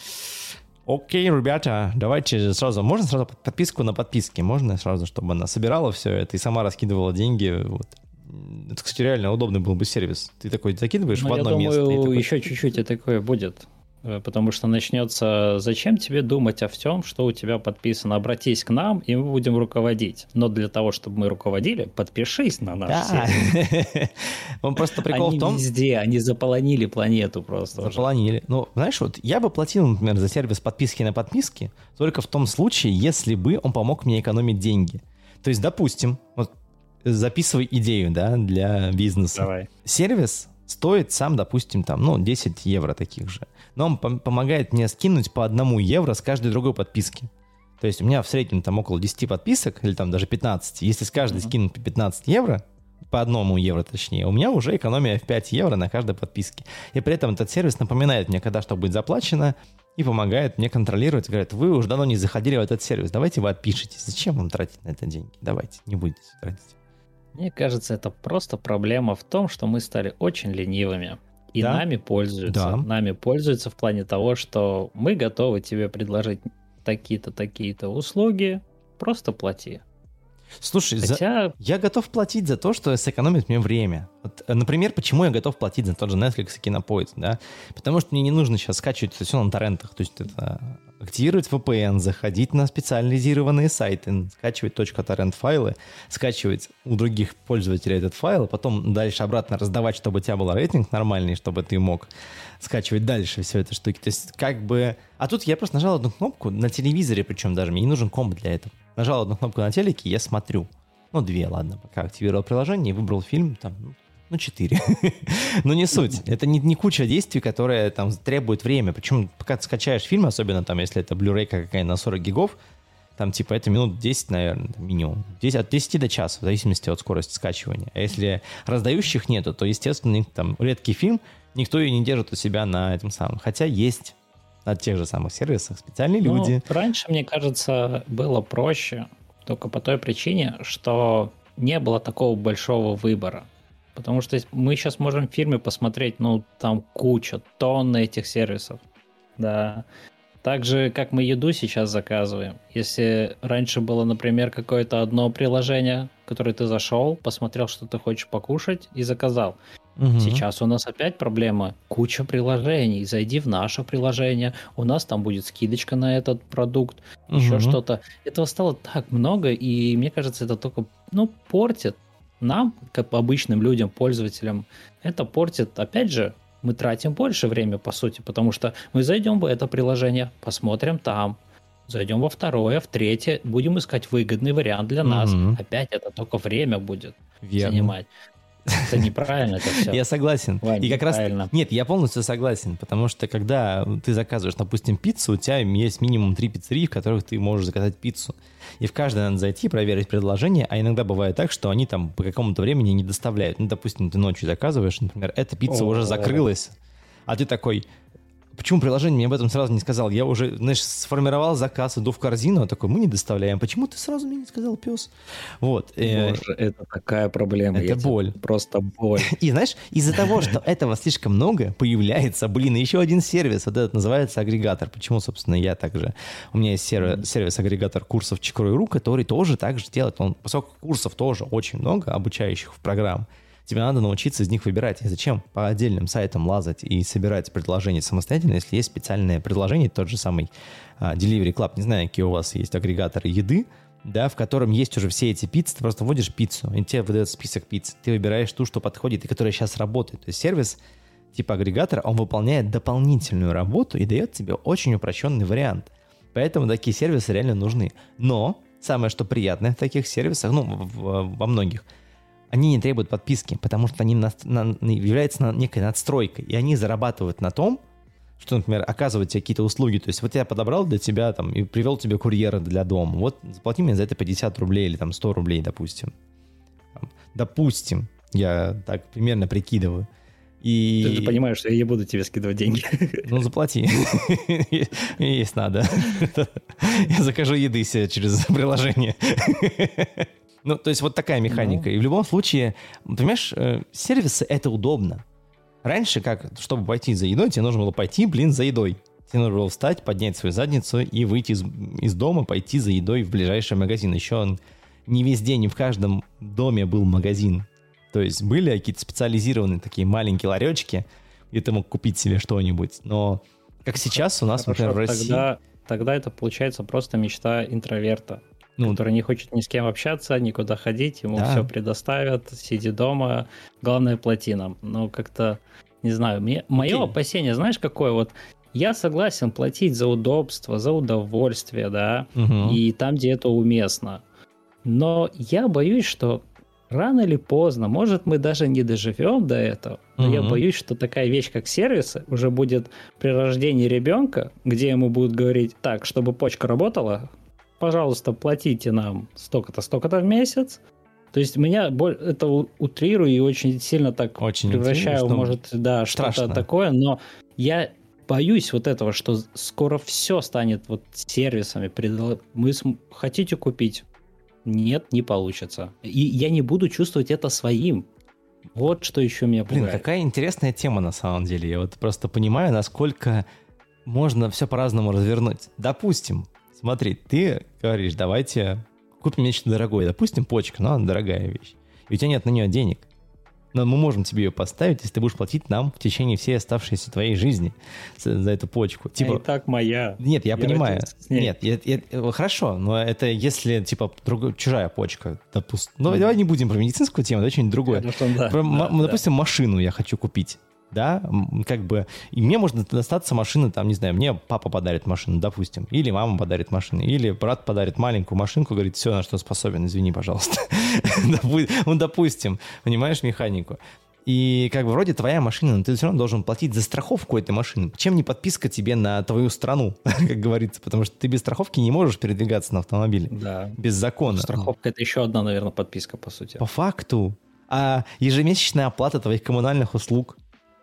Окей, ребята, давайте сразу, можно сразу подписку на подписке, можно сразу, чтобы она собирала все это и сама раскидывала деньги. Вот. Это, кстати, реально удобный был бы сервис. Ты такой закидываешь ну, в одно я место. Думаю, такой... еще чуть-чуть и такое будет. Потому что начнется, зачем тебе думать о всем, что у тебя подписано, обратись к нам, и мы будем руководить. Но для того, чтобы мы руководили, подпишись на наш да. сервис. Он просто прикол они в том... Они везде, они заполонили планету просто. Заполонили. Уже. Ну, знаешь, вот я бы платил, например, за сервис подписки на подписки только в том случае, если бы он помог мне экономить деньги. То есть, допустим, вот записывай идею, да, для бизнеса. Давай. Сервис стоит сам, допустим, там, ну, десять евро таких же. Но он пом- помогает мне скинуть по одному евро с каждой другой подписки. То есть у меня в среднем там около десять подписок, или там даже пятнадцать. Если с каждой uh-huh. скинуть по пятнадцать евро, по одному евро точнее, у меня уже экономия в пять евро на каждой подписке. И при этом этот сервис напоминает мне, когда что будет заплачено, и помогает мне контролировать. Говорят, вы уже давно не заходили в этот сервис, давайте вы отпишитесь. Зачем вам тратить на это деньги? Давайте, не будете тратить. Мне кажется, это просто проблема в том, что мы стали очень ленивыми. И да? нами пользуются. Да. Нами пользуются в плане того, что мы готовы тебе предложить такие-то, такие-то услуги, просто плати. Слушай, Хотя... за... я готов платить за то, что сэкономит мне время. Вот, например, почему я готов платить за тот же Netflix и Кинопоиск, да? Потому что мне не нужно сейчас скачивать это все на торрентах. То есть это активировать ви пи эн, заходить на специализированные сайты, скачивать .торрент файлы, скачивать у других пользователей этот файл, а потом дальше обратно раздавать, чтобы у тебя был рейтинг нормальный, чтобы ты мог скачивать дальше все это штуки. То есть как бы... А тут я просто нажал одну кнопку на телевизоре, причем даже мне не нужен комп для этого. Нажал одну кнопку на телеке, я смотрю. Ну, две, ладно, пока активировал приложение и выбрал фильм, там, ну, четыре. Но не суть. Это не, не куча действий, которые там требуют время. Причем, пока ты скачаешь фильм, особенно там, если это Blu-ray какая-то на сорок гигов, там, типа, это минут десять, наверное, минимум. десять, от десяти до часа, в зависимости от скорости скачивания. А если раздающих нету, то, естественно, там, редкий фильм, никто ее не держит у себя на этом самом. Хотя есть на тех же самых сервисах специальные ну, люди. Раньше, мне кажется, было проще, только по той причине, что не было такого большого выбора. Потому что мы сейчас можем в фильме посмотреть, ну, там куча, тонны этих сервисов. Да. Так же, как мы еду сейчас заказываем. Если раньше было, например, какое-то одно приложение, в которое ты зашел, посмотрел, что ты хочешь покушать и заказал. Угу. Сейчас у нас опять проблема. Куча приложений. Зайди в наше приложение. У нас там будет скидочка на этот продукт. Угу. Еще что-то. Этого стало так много, и мне кажется, это только, ну, портит нам, как обычным людям, пользователям. Это портит, опять же, мы тратим больше времени, по сути, потому что мы зайдем в это приложение, посмотрим там, зайдем во второе, в третье, будем искать выгодный вариант для нас. Угу. Опять это только время будет Верно. занимать. Это неправильно это все. Я согласен. Вань, и как раз нет, я полностью согласен, потому что когда ты заказываешь, допустим, пиццу, у тебя есть минимум три пиццерии, в которых ты можешь заказать пиццу. И в каждой надо зайти, проверить предложение, а иногда бывает так, что они там по какому-то времени не доставляют. Ну, допустим, ты ночью заказываешь, например, эта пицца О, уже закрылась, а ты такой... Почему приложение мне об этом сразу не сказал? Я уже, знаешь, сформировал заказ, иду в корзину, а такой, мы не доставляем. Почему ты сразу мне не сказал, пес? Вот. Боже, это такая проблема. Это боль. Просто боль. И знаешь, из-за того, что этого слишком много, появляется, блин, еще один сервис, вот этот называется агрегатор. Почему, собственно, я также... У меня есть сервис, сервис-агрегатор курсов Чикро точка ру, который тоже так же делает. Он, поскольку курсов тоже очень много, обучающих в программ, тебе надо научиться из них выбирать. И зачем по отдельным сайтам лазать и собирать предложения самостоятельно, если есть специальное предложение, тот же самый uh, Delivery Club, не знаю, какие у вас есть агрегаторы еды, да, в котором есть уже все эти пиццы, ты просто вводишь пиццу, и тебе выдает список пицц, ты выбираешь ту, что подходит и которая сейчас работает. То есть сервис типа агрегатора, он выполняет дополнительную работу и дает тебе очень упрощенный вариант. Поэтому такие сервисы реально нужны. Но самое, что приятное в таких сервисах, ну, в, в, во многих, они не требуют подписки, потому что они на, на, являются на, некой надстройкой, и они зарабатывают на том, что, например, оказывать тебе какие-то услуги. То есть вот я подобрал для тебя там и привел тебе курьера для дома. Вот заплати мне за это пятьдесят рублей или там сто рублей, допустим. Допустим, я так примерно прикидываю. И... Ты, ты понимаешь, что я не буду тебе скидывать деньги. Ну, заплати. Есть надо. Я закажу еды себе через приложение. Ну, то есть вот такая механика. И в любом случае, понимаешь, сервисы — это удобно. Раньше, как, чтобы пойти за едой, тебе нужно было пойти, блин, за едой. Тебе нужно было встать, поднять свою задницу и выйти из, из дома, пойти за едой в ближайший магазин. Еще он не везде, не в каждом доме был магазин. То есть были какие-то специализированные такие маленькие ларечки, где ты мог купить себе что-нибудь. Но как сейчас у нас, Хорошо, например, в России... Тогда, тогда это получается просто мечта интроверта, ну, который не хочет ни с кем общаться, никуда ходить, ему да. все предоставят, сиди дома, главное плати нам. Ну, как-то, не знаю, мне, мое Окей. опасение, знаешь, какое вот... Я согласен платить за удобство, за удовольствие, да, угу. и там, где это уместно. Но я боюсь, что рано или поздно, может, мы даже не доживем до этого, но mm-hmm. я боюсь, что такая вещь, как сервисы, уже будет при рождении ребенка, где ему будут говорить, так, чтобы почка работала, пожалуйста, платите нам столько-то, столько-то в месяц. То есть меня это утрирую и очень сильно так очень превращаю, может, да, страшно. Что-то такое, но я боюсь вот этого, что скоро все станет вот сервисами. Мы см... хотите купить? Нет, не получится. И я не буду чувствовать это своим. Вот что еще меня пугает. Блин, какая интересная тема на самом деле. Я вот просто понимаю, насколько можно все по-разному развернуть. Допустим, смотри, ты говоришь, давайте купим нечто дорогое. Допустим, почка, но она дорогая вещь. И у тебя нет на нее денег. Но мы можем тебе ее поставить, если ты будешь платить нам в течение всей оставшейся твоей жизни за, за эту почку. Типа... А и так моя. Нет, я, я понимаю. Нет, я, я... хорошо, но это если, типа, друг... чужая почка, допустим. Ну, mm. давай не будем про медицинскую тему, это что-нибудь другое. Конечно, да. Про, да, м- да. Допустим, машину я хочу купить. Да, как бы, и мне можно достаться машины, там, не знаю, мне папа подарит машину, допустим, или мама подарит машину, или брат подарит маленькую машинку, говорит, все, на что способен, извини, пожалуйста. Ну, допустим, понимаешь механику. И как бы вроде твоя машина, но ты все равно должен платить за страховку этой машины. Чем не подписка тебе на твою страну, как говорится, потому что ты без страховки не можешь передвигаться на автомобиле. Да. Без закона. Страховка — это еще одна, наверное, подписка, по сути. По факту. А ежемесячная оплата твоих коммунальных услуг.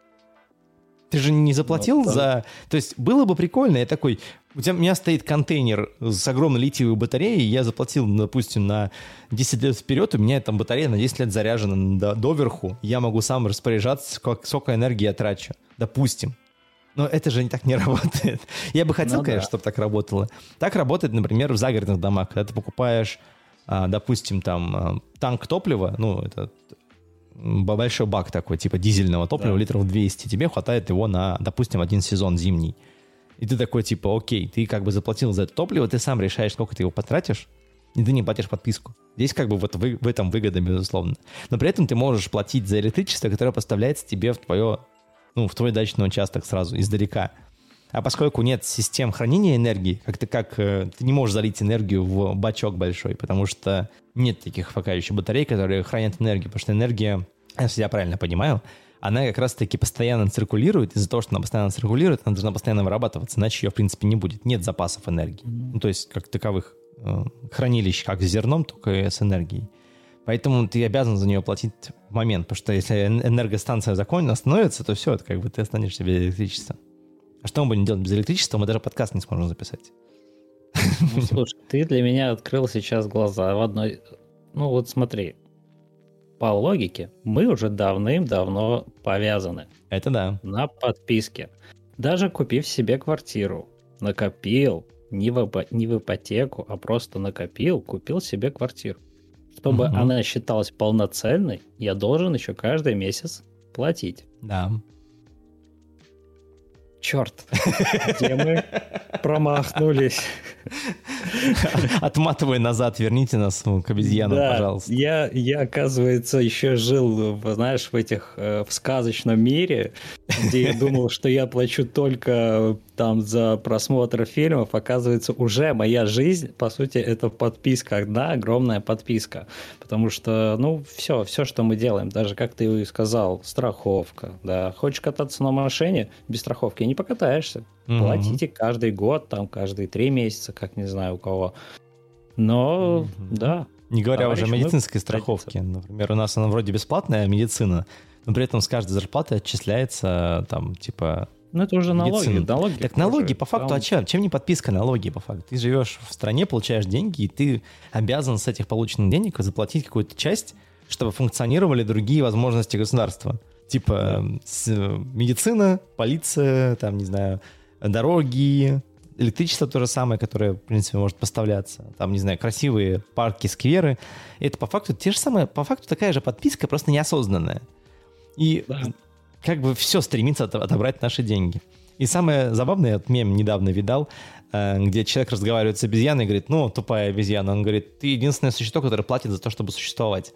Ты же не заплатил ну, за... То есть было бы прикольно, я такой... У, тебя, у меня стоит контейнер с огромной литиевой батареей, я заплатил, допустим, на десять лет вперед, у меня там батарея на десять лет заряжена до, доверху, я могу сам распоряжаться, сколько, сколько энергии я трачу, допустим. Но это же так не работает. Я бы хотел, ну, конечно, да. чтобы так работало. Так работает, например, в загородных домах, когда ты покупаешь, допустим, там танк топлива, ну, это... большой бак такой, типа дизельного топлива, да. литров двести, тебе хватает его на, допустим, один сезон зимний. И ты такой, типа, окей, ты как бы заплатил за это топливо, ты сам решаешь, сколько ты его потратишь, и ты не платишь подписку. Здесь как бы вот в, в этом выгода, безусловно. Но при этом ты можешь платить за электричество, которое поставляется тебе в твое, ну, в твой дачный участок сразу, издалека. А поскольку нет систем хранения энергии, как ты, как, ты не можешь залить энергию в бачок большой, потому что нет таких пока еще батарей, которые хранят энергию, потому что энергия, если я правильно понимаю, она как раз-таки постоянно циркулирует. Из-за того, что она постоянно циркулирует, она должна постоянно вырабатываться, иначе ее, в принципе, не будет. Нет запасов энергии. Mm-hmm. Ну, то есть, как таковых э, хранилищ, как с зерном, только и с энергией. Поэтому ты обязан за нее платить в момент, потому что если энергостанция законно остановится, то все, это как бы ты останешься без электричества. А что мы будем делать без электричества? Мы даже подкаст не сможем записать. Ну, слушай, ты для меня открыл сейчас глаза в одной... Ну вот смотри, по логике мы уже давным-давно повязаны. Это да. На подписке. Даже купив себе квартиру, накопил, не в, не в ипотеку, а просто накопил, купил себе квартиру. Чтобы угу. она считалась полноценной, я должен еще каждый месяц платить. Да. Черт, где мы промахнулись. Отматывай назад, верните нас к обезьянам, да, пожалуйста. Я, я, оказывается, еще жил, знаешь, в этих, в сказочном мире, где я думал, что я плачу только там за просмотр фильмов, оказывается, уже моя жизнь, по сути, это подписка, да, огромная подписка. Потому что, ну, все, все, что мы делаем, даже, как ты и сказал, страховка, да. Хочешь кататься на машине, без страховки не покатаешься. Mm-hmm. Платите каждый год, там, каждые три месяца, как не знаю у кого. Но, mm-hmm. да. Не говоря товарищ, уже о медицинской страховке. Например, у нас она вроде бесплатная медицина, но при этом с каждой зарплаты отчисляется там, типа... Ну, это уже налоги. налоги так налоги, по факту, там... а чем? Чем не подписка налоги, по факту? Ты живешь в стране, получаешь деньги, и ты обязан с этих полученных денег заплатить какую-то часть, чтобы функционировали другие возможности государства. Типа да. с, медицина, полиция, там, не знаю, дороги, электричество то же самое, которое, в принципе, может поставляться. Там, не знаю, красивые парки, скверы. И это по факту те же самые, по факту такая же подписка, просто неосознанная. И... Да. Как бы все стремится отобрать наши деньги. И самое забавное, я мем недавно видал, где человек разговаривает с обезьяной и говорит, ну, тупая обезьяна. Он говорит, ты единственное существо, которое платит за то, чтобы существовать.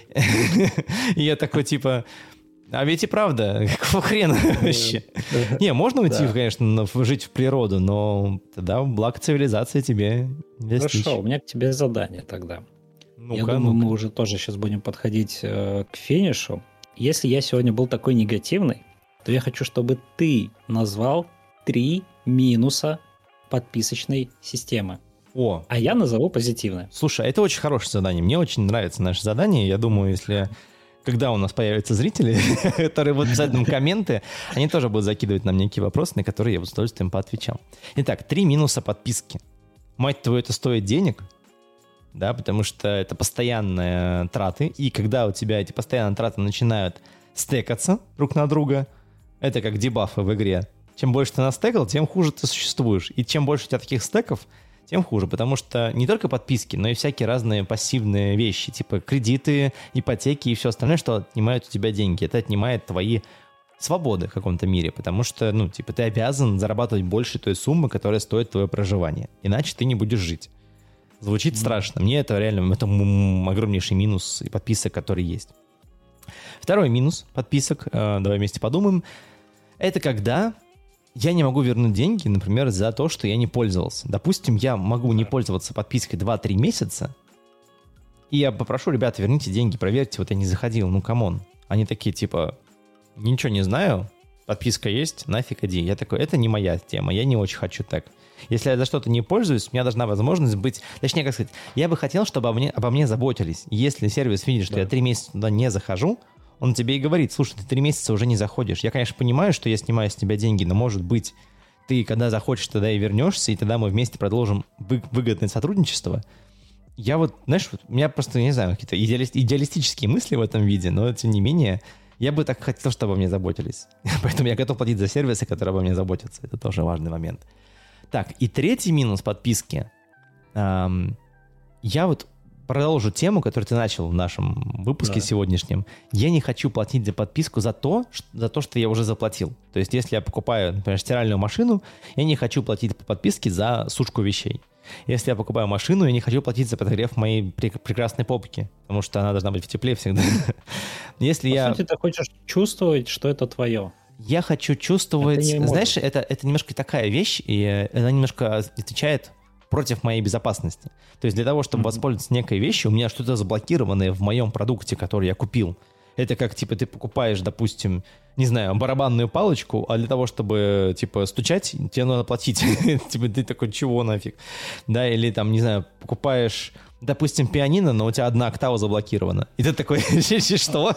И я такой, типа, а ведь и правда, какого хрена вообще? Не, можно уйти, конечно, жить в природу, но тогда благо цивилизации тебе достичь. Хорошо, у меня к тебе задание тогда. Я думаю, мы уже тоже сейчас будем подходить к финишу. Если я сегодня был такой негативный, то я хочу, чтобы ты назвал три минуса подписочной системы. О. А я назову позитивное. Слушай, это очень хорошее задание. Мне очень нравится наше задание. Я думаю, если... Когда у нас появятся зрители, которые будут писать нам комменты, они тоже будут закидывать нам некие вопросы, на которые я с удовольствием поотвечал. Итак, три минуса подписки. Мать твою, это стоит денег? Да, потому что это постоянные траты, и когда у тебя эти постоянные траты начинают стекаться друг на друга, это как дебафы в игре. Чем больше ты настекал, тем хуже ты существуешь. И чем больше у тебя таких стеков, тем хуже, потому что не только подписки, но и всякие разные пассивные вещи, типа кредиты, ипотеки и все остальное, что отнимают у тебя деньги. Это отнимает твои свободы в каком-то мире, потому что, ну, типа, ты обязан зарабатывать больше той суммы, которая стоит твое проживание. Иначе ты не будешь жить. Звучит mm-hmm. страшно. Мне это реально это огромнейший минус и подписок, который есть. Второй минус подписок, э, давай вместе подумаем, это когда я не могу вернуть деньги, например, за то, что я не пользовался. Допустим, я могу не пользоваться подпиской два-три месяца, и я попрошу, ребята, верните деньги, проверьте, вот я не заходил, ну камон. Они такие, типа, ничего не знаю, подписка есть, нафиг иди. Я такой, это не моя тема, я не очень хочу так. Если я за что-то не пользуюсь, у меня должна возможность быть... Точнее, как сказать, я бы хотел, чтобы обо мне, обо мне заботились. Если сервис видит, что да. я три месяца туда не захожу, он тебе и говорит, слушай, ты три месяца уже не заходишь. Я, конечно, понимаю, что я снимаю с тебя деньги, но, может быть, ты, когда захочешь, тогда и вернешься, и тогда мы вместе продолжим вы, выгодное сотрудничество. Я вот, знаешь, вот, у меня просто, не знаю, какие-то идеали, идеалистические мысли в этом виде, но, тем не менее, я бы так хотел, чтобы обо мне заботились. Поэтому я готов платить за сервисы, которые обо мне заботятся. Это тоже важный момент. Так, и третий минус подписки. Эм, я вот продолжу тему, которую ты начал в нашем выпуске да. сегодняшнем. Я не хочу платить за подписку за то, что, за то, что я уже заплатил. То есть, если я покупаю, например, стиральную машину, я не хочу платить по подписке за сушку вещей. Если я покупаю машину, я не хочу платить за подогрев моей прекрасной попки, потому что она должна быть в тепле всегда. Если по я... сути, ты хочешь чувствовать, что это твое. Я хочу чувствовать... Это знаешь, это, это немножко такая вещь, и она немножко отвечает против моей безопасности. То есть для того, чтобы mm-hmm. воспользоваться некой вещью, у меня что-то заблокированное в моем продукте, который я купил. Это как, типа, ты покупаешь, допустим, не знаю, барабанную палочку, а для того, чтобы, типа, стучать, тебе надо платить. Типа, ты такой, чего нафиг? Да, или там, не знаю, покупаешь... Допустим, пианино, но у тебя одна октава заблокирована. И ты такой, что?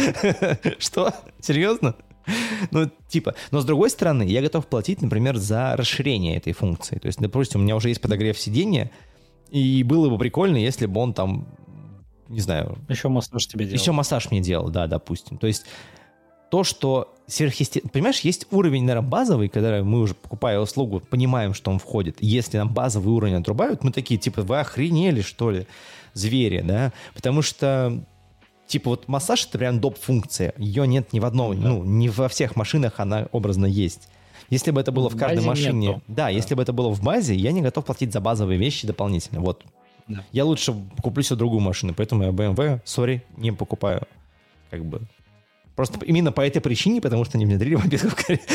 Что? Серьезно? Ну, типа, но с другой стороны, я готов платить, например, за расширение этой функции. То есть, допустим, у меня уже есть подогрев сиденья, и было бы прикольно, если бы он там, не знаю... Еще массаж тебе делал. Еще массаж мне делал, да, допустим. То есть, то, что сверхъестественно... Понимаешь, есть уровень, наверное, базовый, когда мы уже, покупая услугу, понимаем, что он входит. Если нам базовый уровень отрубают, мы такие, типа, вы охренели, что ли, звери, да? Потому что... Типа вот массаж — это прям доп-функция. Ее нет ни в одном, да. ну, не во всех машинах она образно есть. Если бы это было в, в каждой машине... Нету. Да, да, если бы это было в базе, я не готов платить за базовые вещи дополнительно. Вот. Да. Я лучше куплю себе другую машину, поэтому я бэ эм вэ, сори, не покупаю. Как бы Просто именно по этой причине, потому что они внедрили подписку в Корее.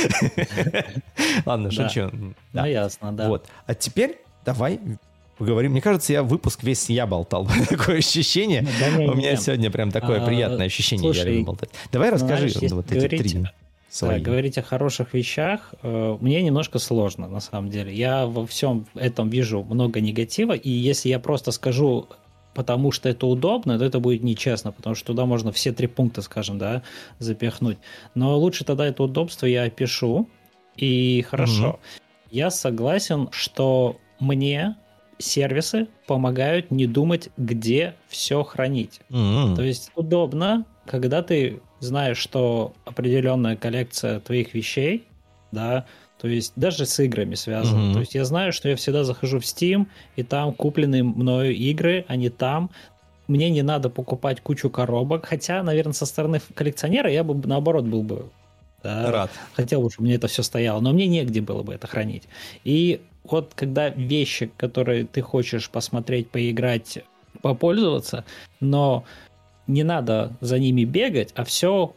Ладно, шучу. Ну, ясно, да. Вот. А теперь давай поговорим. Мне кажется, я выпуск весь я болтал. Такое ощущение. У меня сегодня прям такое приятное ощущение. Я люблю болтать. Давай расскажи вот эти три. Да, говорить о хороших вещах э, мне немножко сложно, на самом деле. Я во всем этом вижу много негатива, и если я просто скажу, потому что это удобно, то это будет нечестно, потому что туда можно все три пункта, скажем, да, запихнуть. Но лучше тогда это удобство я опишу, и хорошо. Mm-hmm. Я согласен, что мне сервисы помогают не думать, где все хранить. Mm-hmm. То есть удобно, когда ты знаешь, что определенная коллекция твоих вещей, да, то есть даже с играми связано. Mm-hmm. То есть я знаю, что я всегда захожу в Steam, и там купленные мною игры, они там. Мне не надо покупать кучу коробок, хотя, наверное, со стороны коллекционера я бы, наоборот, был бы да, рад. Хотел бы, чтобы мне это все стояло, но мне негде было бы это хранить. И вот когда вещи, которые ты хочешь посмотреть, поиграть, попользоваться, но не надо за ними бегать, а все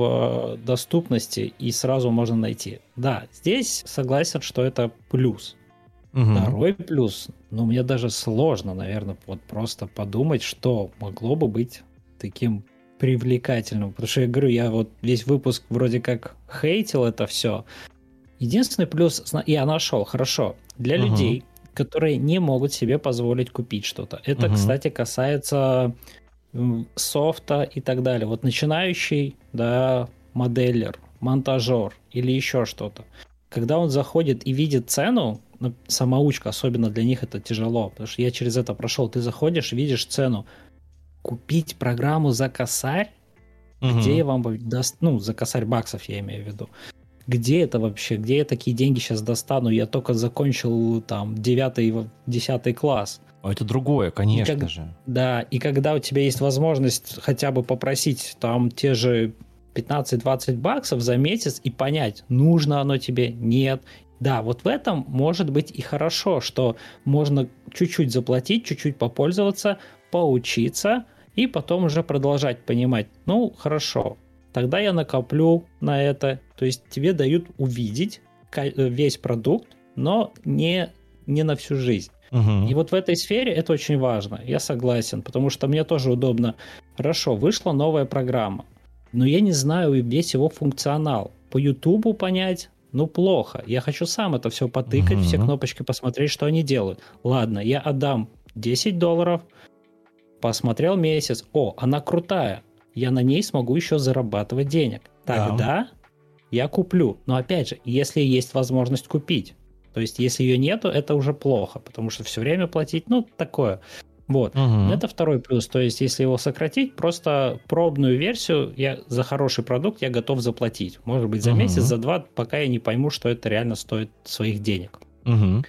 в доступности и сразу можно найти. Да, здесь согласен, что это плюс. Угу. Второй плюс, ну, мне даже сложно, наверное, вот просто подумать, что могло бы быть таким привлекательным. Потому что я говорю, я вот весь выпуск вроде как хейтил это все. Единственный плюс, я нашел, хорошо, для угу. людей, которые не могут себе позволить купить что-то. Это, угу. кстати, касается софта и так далее. Вот начинающий, да, моделлер, монтажер или еще что-то. Когда он заходит и видит цену, ну, самоучка, особенно для них это тяжело, потому что я через это прошел. Ты заходишь, видишь цену. Купить программу за косарь, угу. где вам даст, ну, за косарь баксов я имею в виду. Где это вообще? Где я такие деньги сейчас достану? Я только закончил там девятый, десятый класс. А это другое, конечно и как, же. Да, и когда у тебя есть возможность хотя бы попросить там те же пятнадцать-двадцать баксов за месяц и понять, нужно оно тебе, нет. Да, вот в этом может быть и хорошо, что можно чуть-чуть заплатить, чуть-чуть попользоваться, поучиться и потом уже продолжать понимать, ну, хорошо, тогда я накоплю на это. То есть тебе дают увидеть весь продукт, но не, не на всю жизнь. Угу. И вот в этой сфере это очень важно, я согласен, потому что мне тоже удобно. Хорошо, вышла новая программа, но я не знаю весь его функционал. По Ютубу понять, ну плохо. Я хочу сам это все потыкать, угу. все кнопочки посмотреть, что они делают. Ладно, я отдам десять долларов, посмотрел месяц, о, она крутая, я на ней смогу еще зарабатывать денег. Тогда да. я куплю. Но опять же, если есть возможность купить. То есть, если ее нету, это уже плохо, потому что все время платить, ну, такое. Вот. Угу. Это второй плюс. То есть, если его сократить, просто пробную версию я за хороший продукт я готов заплатить. Может быть, за угу. месяц, за два, пока я не пойму, что это реально стоит своих денег. Угу.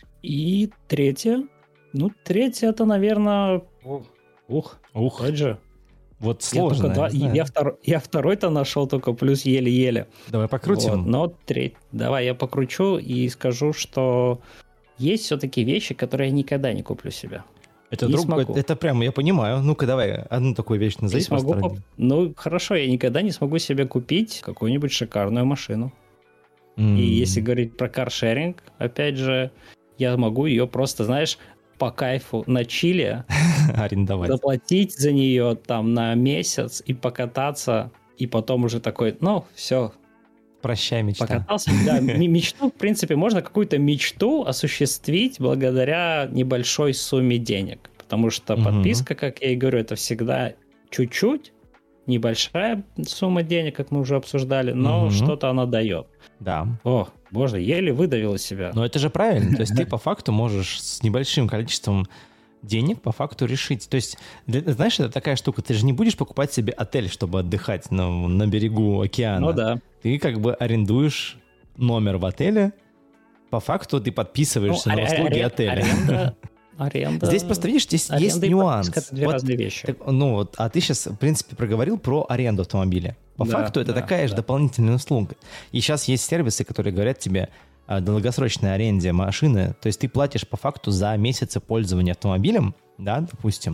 И третье. Ну, третье, это, наверное... Ух, Ух. Опять же. Вот сложно. Я, два, я, втор, я второй-то нашел только плюс еле-еле. Давай покрутим. Вот, но треть. Давай я покручу и скажу, что есть все-таки вещи, которые я никогда не куплю себе. Это, друг, это, это прямо я понимаю. Ну-ка давай одну такую вещь назови. Смогу поп... Ну хорошо, я никогда не смогу себе купить какую-нибудь шикарную машину. Mm. И если говорить про каршеринг, опять же, я могу ее просто, знаешь... по кайфу на чиле арендовать, заплатить за нее там на месяц и покататься, и потом уже такой, ну, все. Прощай, мечта. Покатался. Да, мечту, в принципе, можно какую-то мечту осуществить благодаря небольшой сумме денег. Потому что угу. подписка, как я и говорю, это всегда чуть-чуть, небольшая сумма денег, как мы уже обсуждали, но угу. что-то она дает. Да. О, боже, еле выдавил из себя. Но это же правильно. То есть ты по факту можешь с небольшим количеством денег по факту решить. То есть, знаешь, это такая штука. Ты же не будешь покупать себе отель, чтобы отдыхать на, на берегу океана. Ну да. Ты как бы арендуешь номер в отеле. По факту ты подписываешься ну, на услуги аре- отеля. Аренда... Аренда... Здесь просто, видишь, здесь есть нюанс. Это две вот, разные вещи. Так, ну вот, а ты сейчас, в принципе, проговорил про аренду автомобиля. По да, факту это да, такая да. же дополнительная услуга. И сейчас есть сервисы, которые говорят тебе о долгосрочной аренде машины. То есть ты платишь по факту за месяцы пользования автомобилем, да, допустим,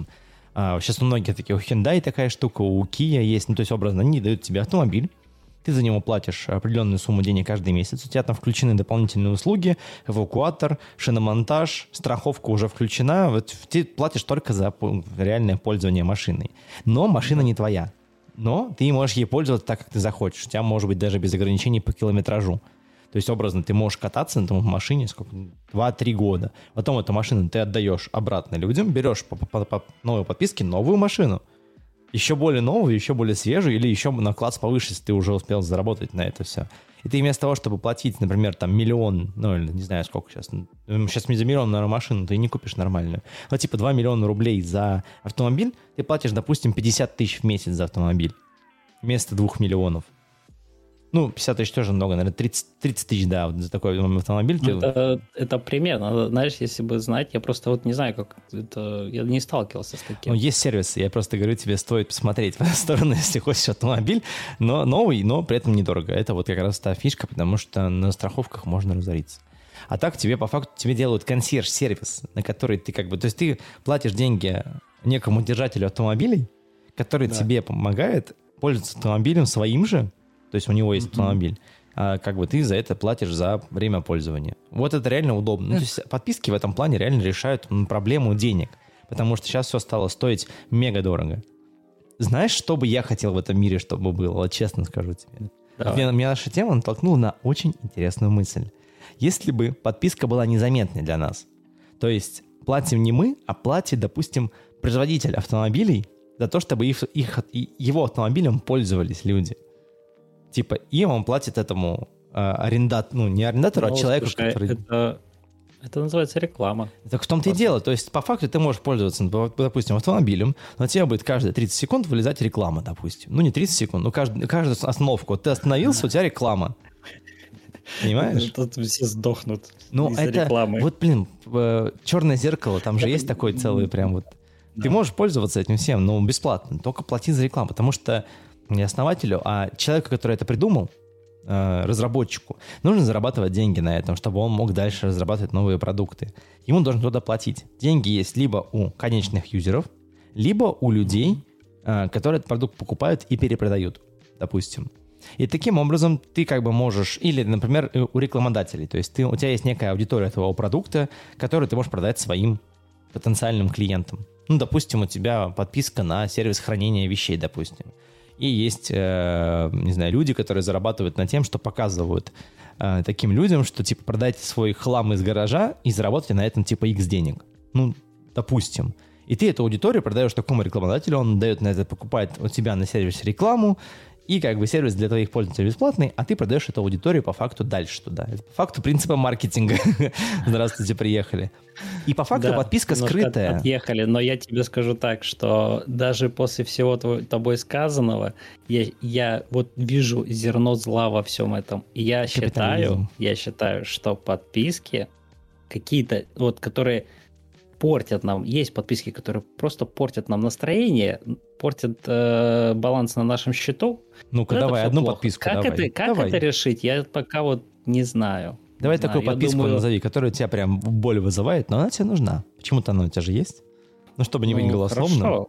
А, сейчас у многих таких, у Hyundai такая штука, у Kia есть, ну, то есть, образно, они дают тебе автомобиль, ты за него платишь определенную сумму денег каждый месяц, у тебя там включены дополнительные услуги, эвакуатор, шиномонтаж, страховка уже включена, вот ты платишь только за реальное пользование машиной. Но машина не твоя, но ты можешь ей пользоваться так, как ты захочешь, у тебя может быть даже без ограничений по километражу. То есть, образно, ты можешь кататься на этой машине сколько, два-три года, потом эту машину ты отдаешь обратно людям, берешь по, по, по новой подписке новую машину, еще более новую, еще более свежую, или еще на класс повыше, если ты уже успел заработать на это все. И ты вместо того, чтобы платить, например, там миллион, ну, или не знаю, сколько сейчас, сейчас за миллион, наверное, машину ты не купишь нормальную, но типа два миллиона рублей за автомобиль, ты платишь, допустим, пятьдесят тысяч в месяц за автомобиль вместо двух миллионов. Ну, пятьдесят тысяч тоже много, наверное, тридцать, тридцать тысяч, да, вот за такой автомобиль. Это, это примерно, знаешь, если бы знать, я просто вот не знаю, как это, я не сталкивался с таким. Ну, есть сервисы, я просто говорю, тебе стоит посмотреть в эту сторону, если хочешь автомобиль, но новый, но при этом недорого. Это вот как раз та фишка, потому что на страховках можно разориться. А так тебе по факту тебе делают консьерж-сервис, на который ты как бы, то есть ты платишь деньги некому держателю автомобилей, который да. тебе помогает пользоваться автомобилем своим же, то есть у него есть автомобиль, а как бы ты за это платишь за время пользования. Вот это реально удобно. Ну, то есть подписки в этом плане реально решают проблему денег, потому что сейчас все стало стоить мега дорого. Знаешь, что бы я хотел в этом мире, чтобы было? Вот честно скажу тебе. Вот меня, меня наша тема натолкнула на очень интересную мысль. Если бы подписка была незаметной для нас, то есть платим не мы, а платит, допустим, производитель автомобилей за то, чтобы их, их, его автомобилем пользовались люди. Типа, и он платит этому э, арендатору, ну, не арендатору, ну, а человеку, слушай, который... Это, это называется реклама. Так в том-то и дело. То есть, по факту, ты можешь пользоваться, допустим, автомобилем, но тебе будет каждые тридцать секунд вылезать реклама, допустим. Ну, не тридцать секунд, но каждый, каждую остановку. Вот ты остановился, у тебя реклама. Понимаешь? Тут все сдохнут ну, из-за это, рекламы. Вот, блин, «Черное зеркало», там же есть такой целый прям вот... Ты можешь пользоваться этим всем, но бесплатно. Только плати за рекламу, потому что не основателю, а человеку, который это придумал, э, разработчику, нужно зарабатывать деньги на этом, чтобы он мог дальше разрабатывать новые продукты. Ему должен кто-то платить. Деньги есть либо у конечных юзеров, либо у людей, э, которые этот продукт покупают и перепродают, допустим. И таким образом ты как бы можешь, или, например, у рекламодателей, то есть ты, у тебя есть некая аудитория твоего продукта, которую ты можешь продать своим потенциальным клиентам. Ну, допустим, у тебя подписка на сервис хранения вещей, допустим. И есть, э, не знаю, люди, которые зарабатывают на тем, что показывают э, таким людям, что, типа, продайте свой хлам из гаража и заработайте на этом, типа, X денег. Ну, допустим. И ты эту аудиторию продаешь такому рекламодателю, он дает на это, покупает у тебя на сервисе рекламу, и как бы сервис для твоих пользователей бесплатный, а ты продаешь эту аудиторию по факту дальше туда. Это по факту принципа маркетинга. Здравствуйте, приехали. И по факту да, подписка скрытая. Отъехали, но я тебе скажу так, что даже после всего тобой сказанного, я, я вот вижу зерно зла во всем этом. И я считаю, я считаю, что подписки какие-то, вот, которые портят нам, есть подписки, которые просто портят нам настроение, портят э, баланс на нашем счету. Ну-ка, давай, одну плохо. подписку как давай. Это, как давай. это решить? Я пока вот не знаю. Давай не такую знаю. подписку думаю... назови, которая тебя прям боль вызывает, но она тебе нужна. Почему-то она у тебя же есть. Ну, чтобы не быть ну, голословным.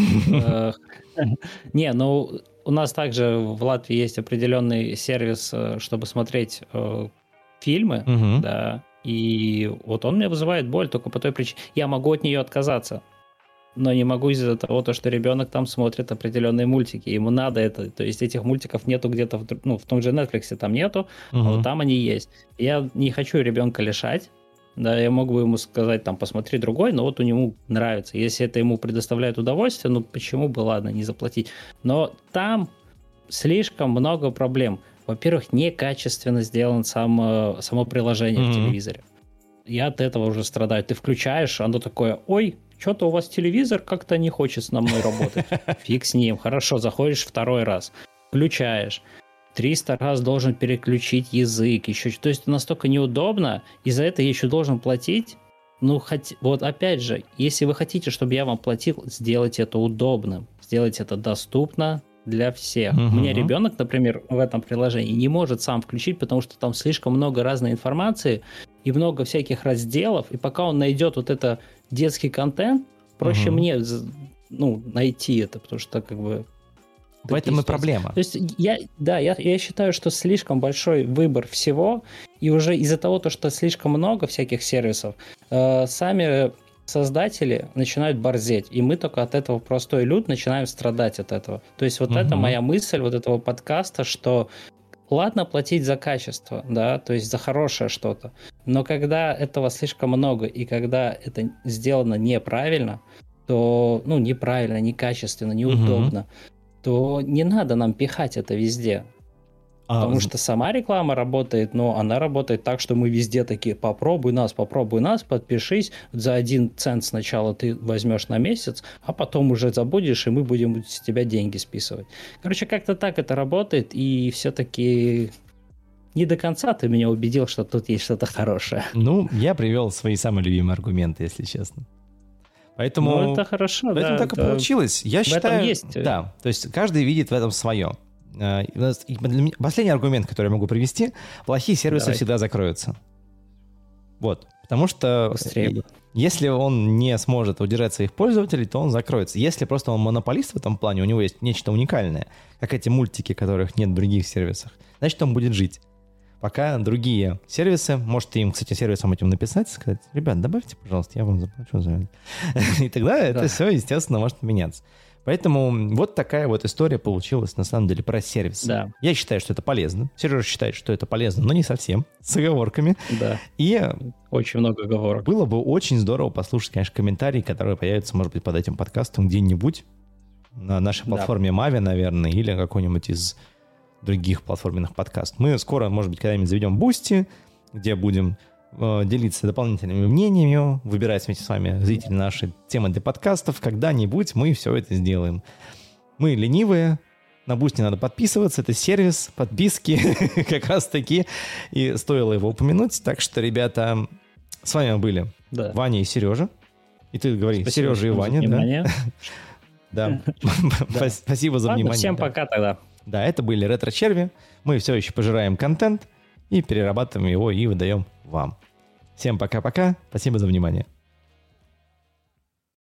Не, ну, у нас также в Латвии есть определенный сервис, чтобы смотреть фильмы, да, и вот он мне вызывает боль только по той причине. Я могу от нее отказаться, но не могу из-за того, что ребенок там смотрит определенные мультики. Ему надо это. То есть этих мультиков нету где-то, в, ну, в том же Netflix там нету, uh-huh. а вот там они есть. Я не хочу ребенка лишать. Да, я мог бы ему сказать, там, посмотри другой, но вот у него нравится. Если это ему предоставляет удовольствие, ну почему бы, ладно, не заплатить. Но там слишком много проблем. Во-первых, некачественно сделано сам, само приложение mm-hmm. в телевизоре. Я от этого уже страдаю. Ты включаешь, оно такое, ой, что-то у вас телевизор как-то не хочет со мной работать. Фиг с ним. Хорошо, заходишь второй раз, включаешь. триста раз должен переключить язык. Еще, то есть настолько неудобно, и за это я еще должен платить. Ну, хоть, вот опять же, если вы хотите, чтобы я вам платил, сделайте это удобным. Сделайте это доступно для всех. Uh-huh. У меня ребенок, например, в этом приложении не может сам включить, потому что там слишком много разной информации и много всяких разделов, и пока он найдет вот это детский контент, проще uh-huh. мне ну, найти это, потому что как бы... В этом и проблема. То есть я, да, я, я считаю, что слишком большой выбор всего, и уже из-за того, то, что слишком много всяких сервисов, э, сами создатели начинают борзеть, и мы только от этого, простой люд, начинаем страдать от этого. То есть вот угу. это моя мысль вот этого подкаста, что ладно платить за качество, да, то есть за хорошее что-то, но когда этого слишком много, и когда это сделано неправильно, то, ну, неправильно, некачественно, неудобно, угу. то не надо нам пихать это везде. А, Потому что сама реклама работает, но она работает так, что мы везде такие: попробуй нас, попробуй нас, подпишись, за один цент сначала ты возьмешь на месяц, а потом уже забудешь, и мы будем с тебя деньги списывать. Короче, как-то так это работает, и все-таки не до конца ты меня убедил, что тут есть что-то хорошее. Ну, я привел свои самые любимые аргументы, если честно. Поэтому, ну, это хорошо, поэтому да, так это... и получилось. Я в считаю, этом есть. Да, то есть каждый видит в этом свое. Последний аргумент, который я могу привести: плохие сервисы Давай. всегда закроются. Вот. Потому что Быстрее. если он не сможет удержать своих пользователей, то он закроется. Если просто он монополист в этом плане, у него есть нечто уникальное, как эти мультики, которых нет в других сервисах, значит, он будет жить. Пока другие сервисы, можете им, кстати, сервисам этим написать, сказать: ребят, добавьте, пожалуйста, я вам заплачу за это. И тогда это все, естественно, может меняться. Поэтому вот такая вот история получилась, на самом деле, про сервис. Да. Я считаю, что это полезно. Сережа считает, что это полезно, но не совсем, с оговорками. Да. И очень много оговорок. Было бы очень здорово послушать, конечно, комментарии, которые появятся, может быть, под этим подкастом где-нибудь на нашей платформе да. Mavi, наверное, или какой-нибудь из других платформенных подкастов. Мы скоро, может быть, когда-нибудь заведем Boosty, где будем э, делиться дополнительными мнениями, выбирать вместе с вами, зрители, наши темы для подкастов. Когда-нибудь мы все это сделаем. Мы ленивые, на Boosty надо подписываться, это сервис подписки как раз-таки, и стоило его упомянуть. Так что, ребята, с вами были да. Ваня и Сережа. И ты говори, Спасибо, Сережа и Ваня. Да. Спасибо за внимание. Всем пока тогда. Да, это были ретро-черви. Мы все еще пожираем контент и перерабатываем его и выдаем вам. Всем пока-пока. Спасибо за внимание.